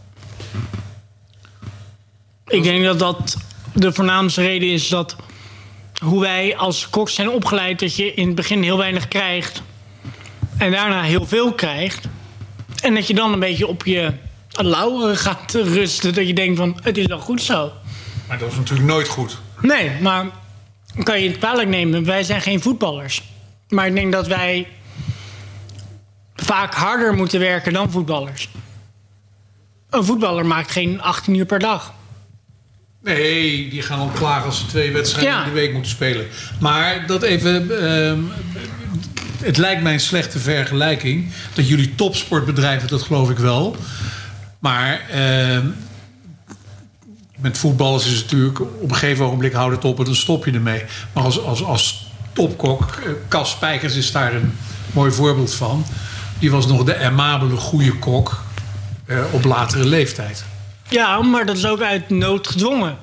Ik denk dat dat de voornaamste reden is dat hoe wij als koks zijn opgeleid, dat je in het begin heel weinig krijgt en daarna heel veel krijgt. En dat je dan een beetje op je lauweren gaat rusten. Dat je denkt van, het is wel goed zo. Maar dat is natuurlijk nooit goed. Nee, maar kan je het kwalijk nemen. Wij zijn geen voetballers. Maar ik denk dat wij vaak harder moeten werken dan voetballers. Een voetballer maakt geen achttien uur per dag. Nee, die gaan al klagen als ze twee wedstrijden Ja. in de week moeten spelen. Maar dat even... Uh, het lijkt mij een slechte vergelijking. Dat jullie topsportbedrijven, dat geloof ik wel. Maar uh, met voetballers is het natuurlijk... op een gegeven ogenblik houdt het op en dan stop je ermee. Maar als, als, als topkok, uh, Cas Spijkers is daar een mooi voorbeeld van. Die was nog de aimabele goede kok uh, op latere leeftijd. Ja, maar dat is ook uit nood gedwongen.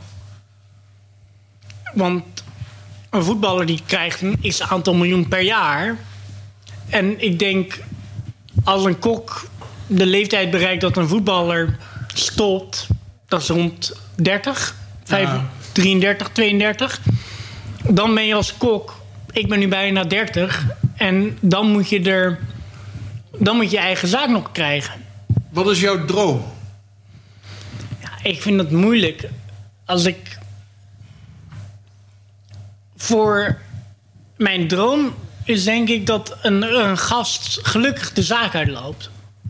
Want een voetballer die krijgt een x aantal miljoen per jaar. En ik denk, als een kok de leeftijd bereikt dat een voetballer stopt, dat is rond dertig, vijf, Ja. drieëndertig, tweeëndertig. Dan ben je als kok, ik ben nu bijna dertig, en dan moet je er, dan moet je je eigen zaak nog krijgen. Wat is jouw droom? Ik vind het moeilijk. Als ik voor mijn droom is denk ik dat een, een gast gelukkig de zaak uitloopt.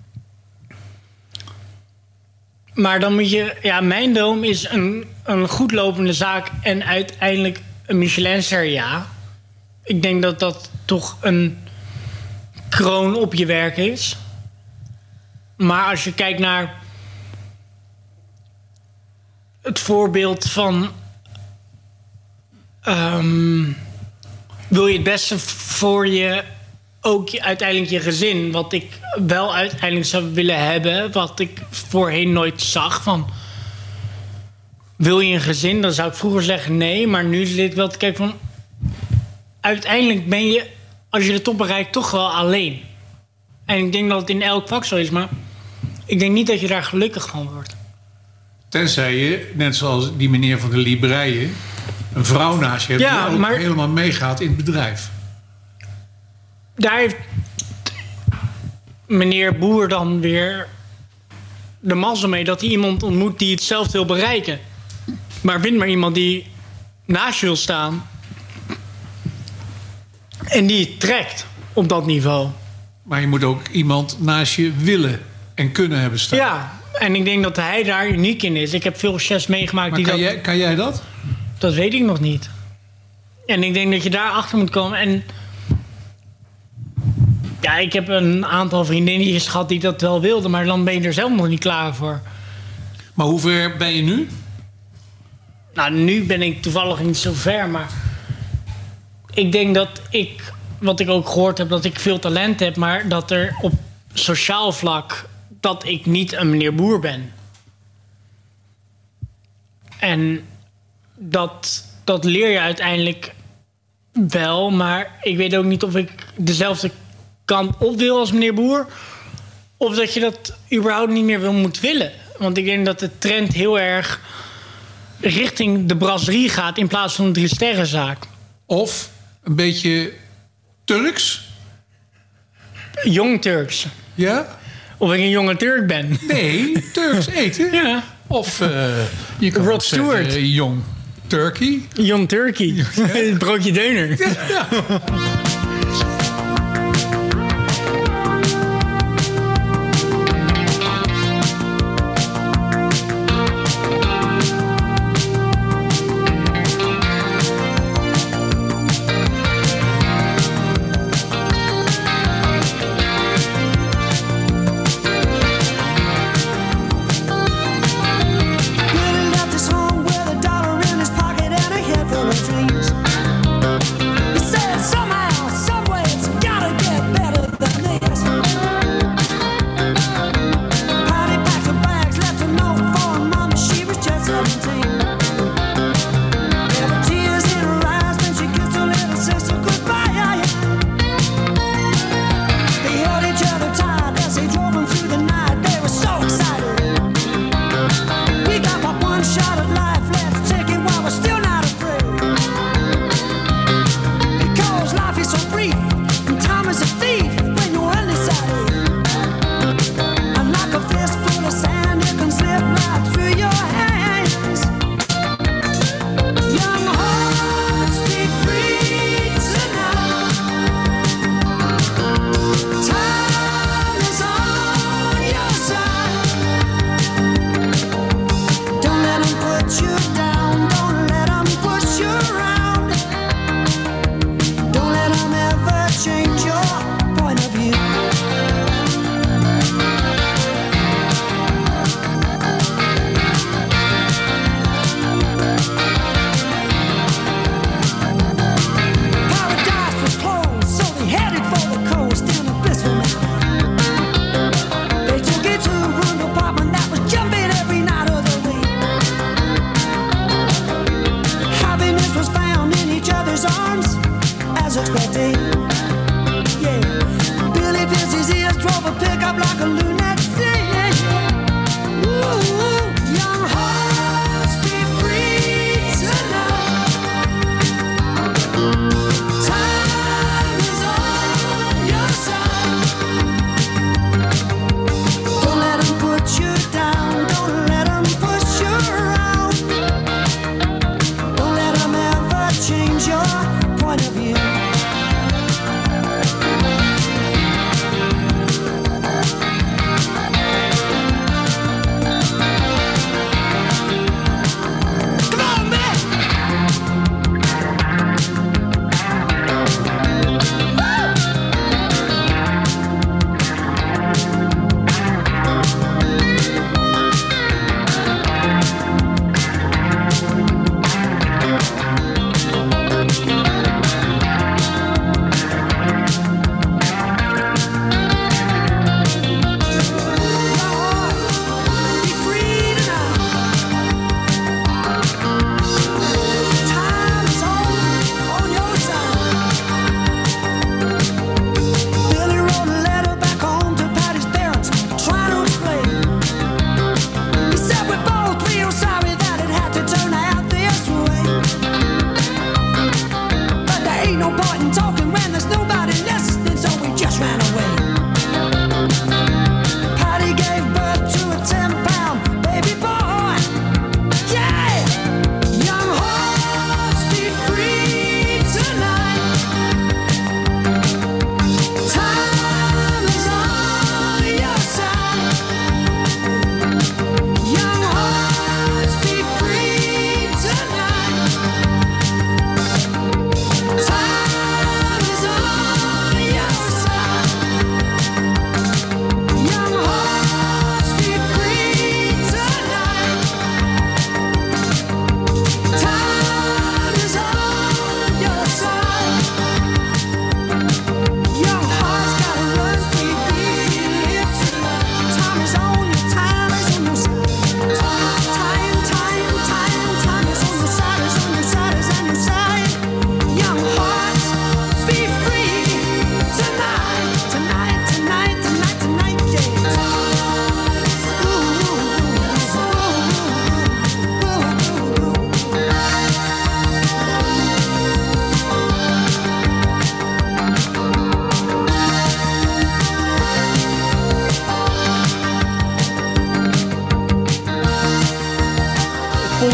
Maar dan moet je... Ja, mijn droom is een, een goed lopende zaak en uiteindelijk een Michelinster, ja. Ik denk dat dat toch een kroon op je werk is. Maar als je kijkt naar het voorbeeld van um, wil je het beste voor je, ook je, uiteindelijk je gezin, wat ik wel uiteindelijk zou willen hebben, wat ik voorheen nooit zag. Van, wil je een gezin? Dan zou ik vroeger zeggen nee, maar nu zit ik wel te kijken van, uiteindelijk ben je, als je de top bereikt, toch wel alleen. En ik denk dat het in elk vak zo is, maar ik denk niet dat je daar gelukkig van wordt. Tenzij je, net zoals die meneer van de Libreien, een vrouw naast je hebt Ja, die ook maar- helemaal meegaat in het bedrijf. Daar heeft meneer Boer dan weer de mazzel mee dat hij iemand ontmoet die hetzelfde wil bereiken. Maar vind maar iemand die naast je wil staan en die het trekt op dat niveau. Maar je moet ook iemand naast je willen en kunnen hebben staan. Ja, en ik denk dat hij daar uniek in is. Ik heb veel chefs meegemaakt Maar die kan dat... jij, kan jij dat? Dat weet ik nog niet. En ik denk dat je daar achter moet komen. En ja, ik heb een aantal vriendinnetjes gehad die dat wel wilden, maar dan ben je er zelf nog niet klaar voor. Maar hoe ver ben je nu? Nou, nu ben ik toevallig niet zo ver, maar ik denk dat ik, wat ik ook gehoord heb, dat ik veel talent heb, maar dat er op sociaal vlak, dat ik niet een meneer Boer ben. En dat, dat leer je uiteindelijk wel, maar ik weet ook niet of ik dezelfde kant op wil als meneer Boer, of dat je dat überhaupt niet meer wil moet willen. Want ik denk dat de trend heel erg richting de brasserie gaat in plaats van een drie sterrenzaak. Of een beetje Turks? Jong Turks. Ja? Of ik een jonge Turk ben. Nee, Turks eten. Ja. Of uh, je kan Rod Stewart. Zeggen, jong Turkey. Jong Turkey. Ja. Broodje deuner. Ja. Ja.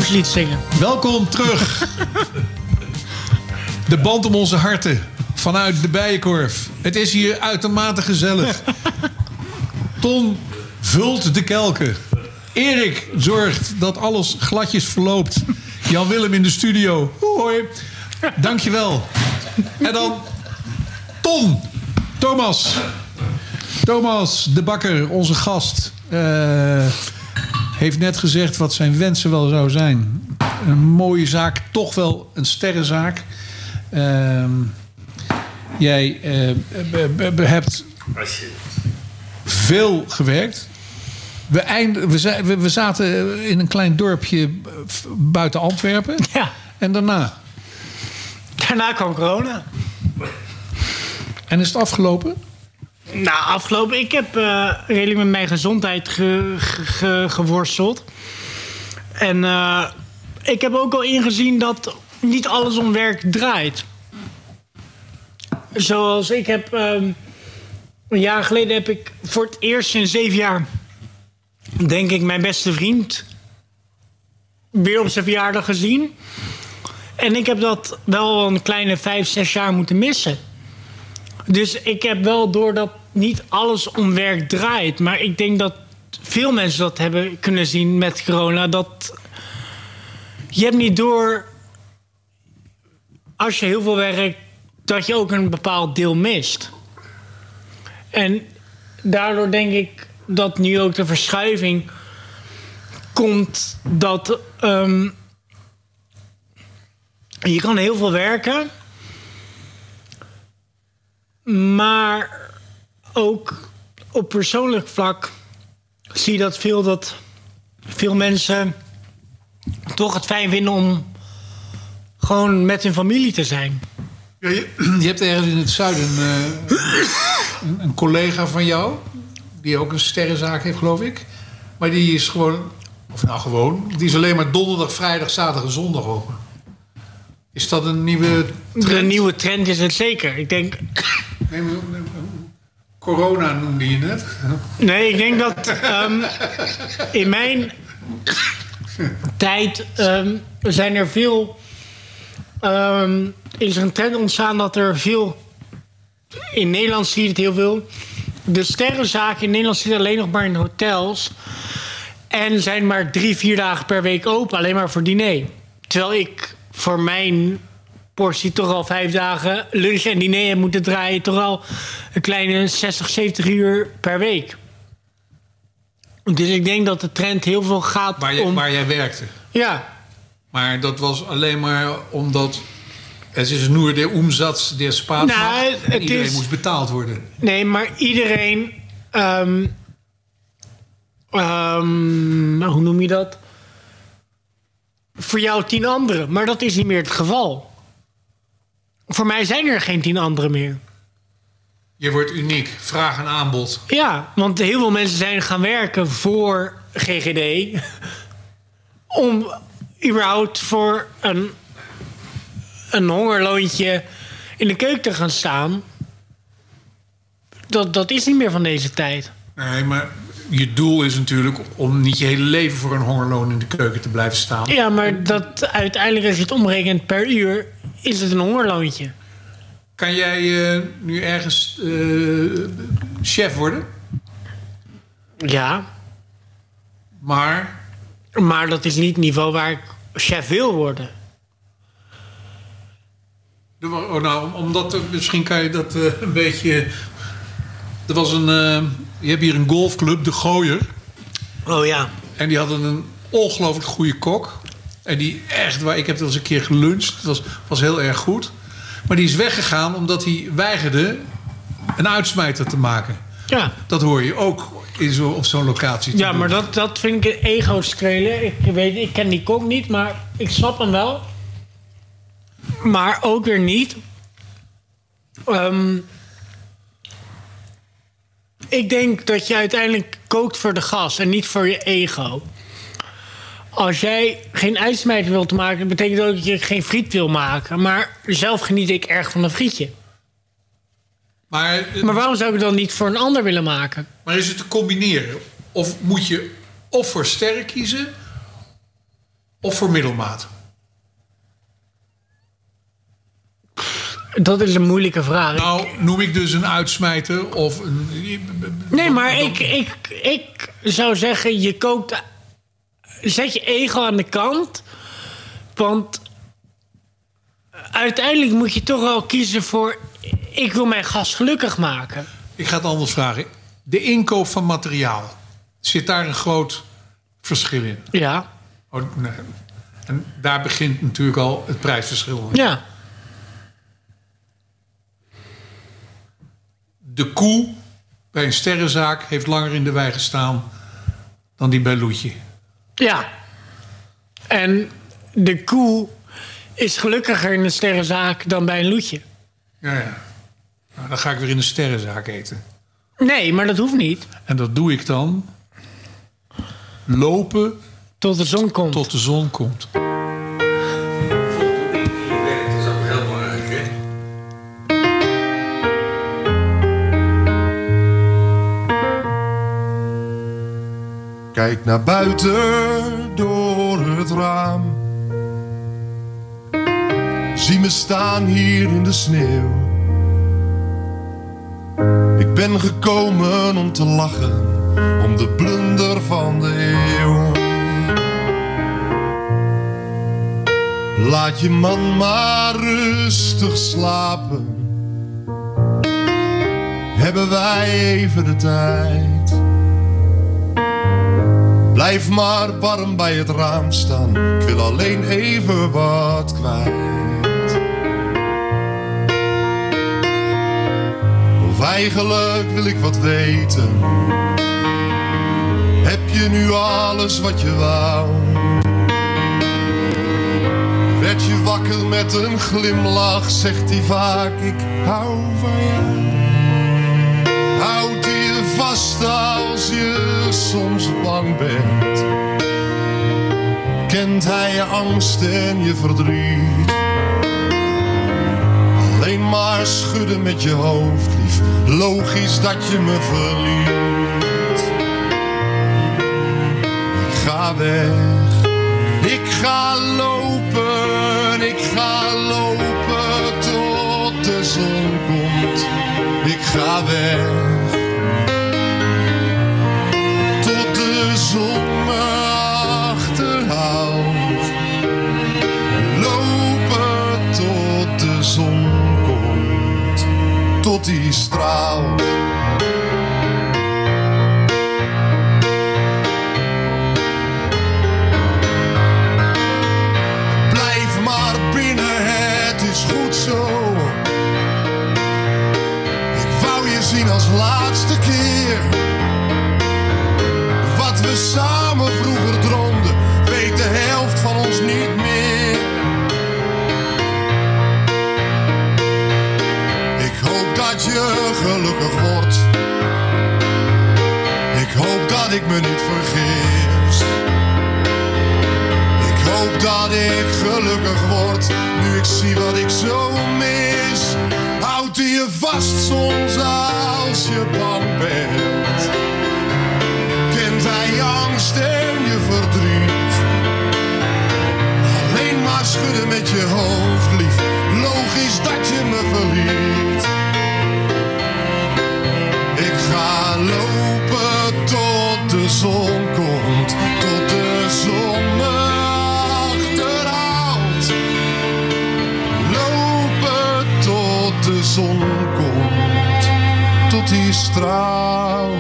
volkslied zingen. Welkom terug. De band om onze harten. Vanuit de Bijenkorf. Het is hier uitermate gezellig. Ton vult de kelken. Erik zorgt dat alles gladjes verloopt. Jan Willem in de studio. Hoi. Dankjewel. En dan Ton. Thomas. Thomas de Bakker, onze gast. Uh, heeft net gezegd wat zijn wensen wel zou zijn. Een mooie zaak, toch wel een sterrenzaak. Uh, jij uh, b- b- hebt veel gewerkt. We, eind, we, z- we, we zaten in een klein dorpje buiten Antwerpen. Ja. En daarna? Daarna kwam corona. En is het afgelopen? Nou, afgelopen. Ik heb uh, redelijk met mijn gezondheid ge, ge, ge, geworsteld. En uh, ik heb ook al ingezien dat niet alles om werk draait. Zoals ik heb... Um, een jaar geleden heb ik voor het eerst in zeven jaar... denk ik mijn beste vriend... weer op zijn verjaardag gezien. En ik heb dat wel een kleine vijf, zes jaar moeten missen. Dus ik heb wel door dat niet alles om werk draait. Maar ik denk dat veel mensen dat hebben kunnen zien met corona. Dat je hebt niet door, als je heel veel werkt, dat je ook een bepaald deel mist. En daardoor denk ik dat nu ook de verschuiving komt dat um, je kan heel veel werken, maar ook op persoonlijk vlak zie je dat veel, dat veel mensen toch het fijn vinden om gewoon met hun familie te zijn. Ja, je, je hebt ergens in het zuiden uh, een, een collega van jou, die ook een sterrenzaak heeft, geloof ik. Maar die is gewoon, of nou gewoon, die is alleen maar donderdag, vrijdag, zaterdag en zondag open. Is dat een nieuwe trend? Een nieuwe trend is het zeker. Ik denk... Nee, maar, corona noemde je net. Nee, ik denk dat um, in mijn tijd um, zijn er veel... Um, is er een trend ontstaan dat er veel... In Nederland zie je het heel veel. De sterrenzaken in Nederland zitten alleen nog maar in hotels. En zijn maar drie, vier dagen per week open. Alleen maar voor diner. Terwijl ik voor mijn portie toch al vijf dagen lunch en diner heb moeten draaien. Toch al een kleine zestig, zeventig uur per week. Dus ik denk dat de trend heel veel gaat waar je, om... Waar jij werkte? Ja. Maar dat was alleen maar omdat... Het is nur de omzet der Spaans. Nou, en iedereen is, moest betaald worden. Nee, maar iedereen... Um, um, hoe noem je dat? Voor jou tien anderen. Maar dat is niet meer het geval. Voor mij zijn er geen tien anderen meer. Je wordt uniek. Vraag en aanbod. Ja, want heel veel mensen zijn gaan werken voor G G D. Om überhaupt voor een, een hongerloontje in de keuken te gaan staan. Dat, dat is niet meer van deze tijd. Nee, maar je doel is natuurlijk om niet je hele leven voor een hongerloon in de keuken te blijven staan. Ja, maar dat uiteindelijk, als je het omrekent per uur, is het een hongerloontje. Kan jij uh, nu ergens uh, chef worden? Ja. Maar? Maar dat is niet het niveau waar ik chef wil worden. Oh, nou, omdat misschien kan je dat uh, een beetje... Er was een... Uh, je hebt hier een golfclub, de Gooier. Oh ja. En die hadden een ongelooflijk goede kok. En die echt, waar ik heb er eens een keer geluncht. Het was, was heel erg goed. Maar die is weggegaan omdat hij weigerde een uitsmijter te maken. Ja. Dat hoor je ook in zo, op zo'n locatie. Ja, doen. maar dat, dat vind ik ego strelen. Ik, weet, ik ken die kok niet, maar ik snap hem wel. Maar ook weer niet. Um, ik denk dat je uiteindelijk kookt voor de gast en niet voor je ego. Als jij geen ijsmijter wilt maken, betekent ook dat je geen friet wil maken. Maar zelf geniet ik erg van een frietje. Maar, maar waarom zou ik het dan niet voor een ander willen maken? Maar is het te combineren? Of moet je of voor sterren kiezen... Of voor middelmaat? Dat is een moeilijke vraag. Nou, noem ik dus een uitsmijter of een... Nee, maar ik, ik, ik zou zeggen, je kookt... Zet je ego aan de kant. Want uiteindelijk moet je toch wel kiezen voor... Ik wil mijn gast gelukkig maken. Ik ga het anders vragen. De inkoop van materiaal. Zit daar een groot verschil in? Ja. Oh, nee. En daar begint natuurlijk al het prijsverschil. Ja. De koe bij een sterrenzaak heeft langer in de wei gestaan dan die bij Loetje. Ja. En de koe is gelukkiger in een sterrenzaak dan bij een Loetje. Ja, ja. Nou, dan ga ik weer in de sterrenzaak eten. Nee, maar dat hoeft niet. En dat doe ik dan lopen tot de zon komt. Tot de zon komt. Dat is ook heel belangrijk, hè? Kijk naar buiten door het raam. Zie me staan hier in de sneeuw. Ik ben gekomen om te lachen, om de blunder van de eeuw. Laat je man maar rustig slapen. Hebben wij even de tijd. Blijf maar warm bij het raam staan. Ik wil alleen even wat kwijt. Of eigenlijk wil ik wat weten. Heb je nu alles wat je wou? Werd je wakker met een glimlach, zegt hij vaak, ik hou van jou. Houdt hij je vast als je soms bang bent? Kent hij je angst en je verdriet? Alleen maar schudden met je hoofd, lief. Logisch dat je me verliet. Ik ga weg, ik ga lopen, ik ga lopen tot de zon komt. Ik ga weg, tot de zon me achterhaalt. Lopen tot de zon komt, tot die straalt. Blijf maar binnen, het is goed zo. Ik wou je zien als laatste keer. Wat we samen vroeger droomden, weet de helft van ons niet meer. Ik hoop dat je gelukkig wordt. Ik hoop dat ik me niet vergis. Ik hoop dat ik gelukkig word, nu ik zie wat ik zo mis. Houdt hij je vast soms als je bang bent? Kent hij je angst en je verdriet? Alleen maar schudden met je hoofd, lief. Logisch dat je me verliet. Ik ga lopen tot de zon komt, tot de zon me achterhaalt. Lopen tot de zon komt, tot die straalt.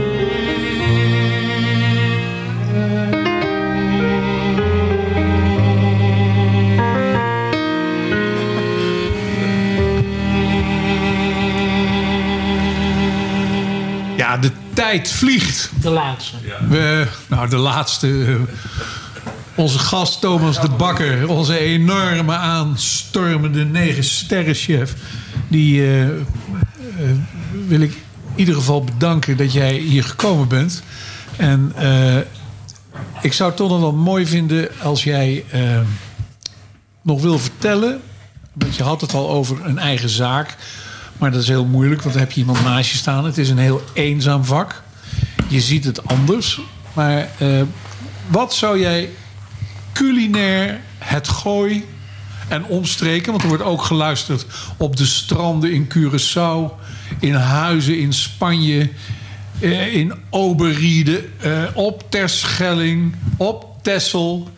Ja, de tijd vliegt. De laatste. We, nou, de laatste. Uh, onze gast Thomas de Bakker. Onze enorme aanstormende negen sterrenchef. Die uh, uh, wil ik in ieder geval bedanken dat jij hier gekomen bent. En uh, ik zou het toch nog wel mooi vinden als jij uh, nog wil vertellen. Want je had het al over een eigen zaak. Maar dat is heel moeilijk, want dan heb je iemand naast je staan. Het is een heel eenzaam vak. Je ziet het anders. Maar uh, wat zou jij culinair het Gooi en omstreken. Want er wordt ook geluisterd op de stranden in Curaçao, in huizen in Spanje, in Oberriede, op Terschelling, op Texel.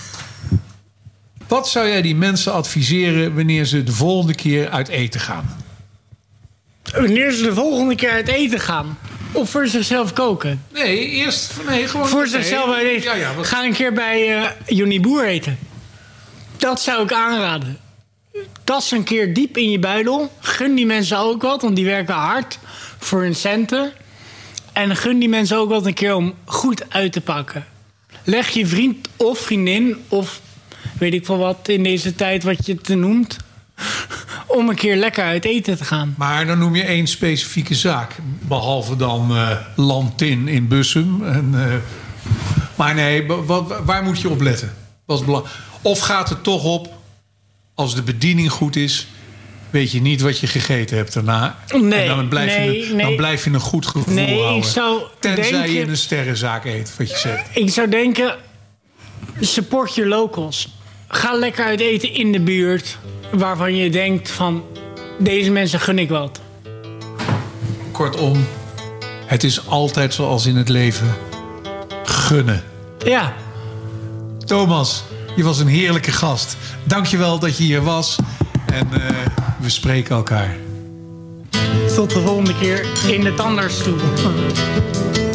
Wat zou jij die mensen adviseren wanneer ze de volgende keer uit eten gaan? Wanneer ze de volgende keer uit eten gaan? Of voor zichzelf koken? Nee, eerst nee, gewoon voor nee. zichzelf uit eten. Ja, ja, wat... Ga een keer bij uh, Johnny Boer eten. Dat zou ik aanraden. Tas een keer diep in je buidel. Gun die mensen ook wat, want die werken hard voor hun centen. En gun die mensen ook wat een keer om goed uit te pakken. Leg je vriend of vriendin, of weet ik veel wat in deze tijd wat je het noemt, om een keer lekker uit eten te gaan. Maar dan noem je één specifieke zaak. Behalve dan uh, Lantin in Bussum. En, uh, maar nee, wat, waar moet je op letten? Wat is belang- of gaat het toch op, als de bediening goed is, weet je niet wat je gegeten hebt daarna. Nee, en dan blijf, nee, je, een, nee. dan blijf je een goed gevoel nee, houden. Ik zou Tenzij denken, je in een sterrenzaak eet, wat je zegt. Ik zou denken, support your locals. Ga lekker uit eten in de buurt waarvan je denkt van, deze mensen gun ik wat. Kortom, het is altijd zoals in het leven. Gunnen. Ja. Thomas, je was een heerlijke gast. Dankjewel dat je hier was. En uh, we spreken elkaar. Tot de volgende keer in de tandartsstoel.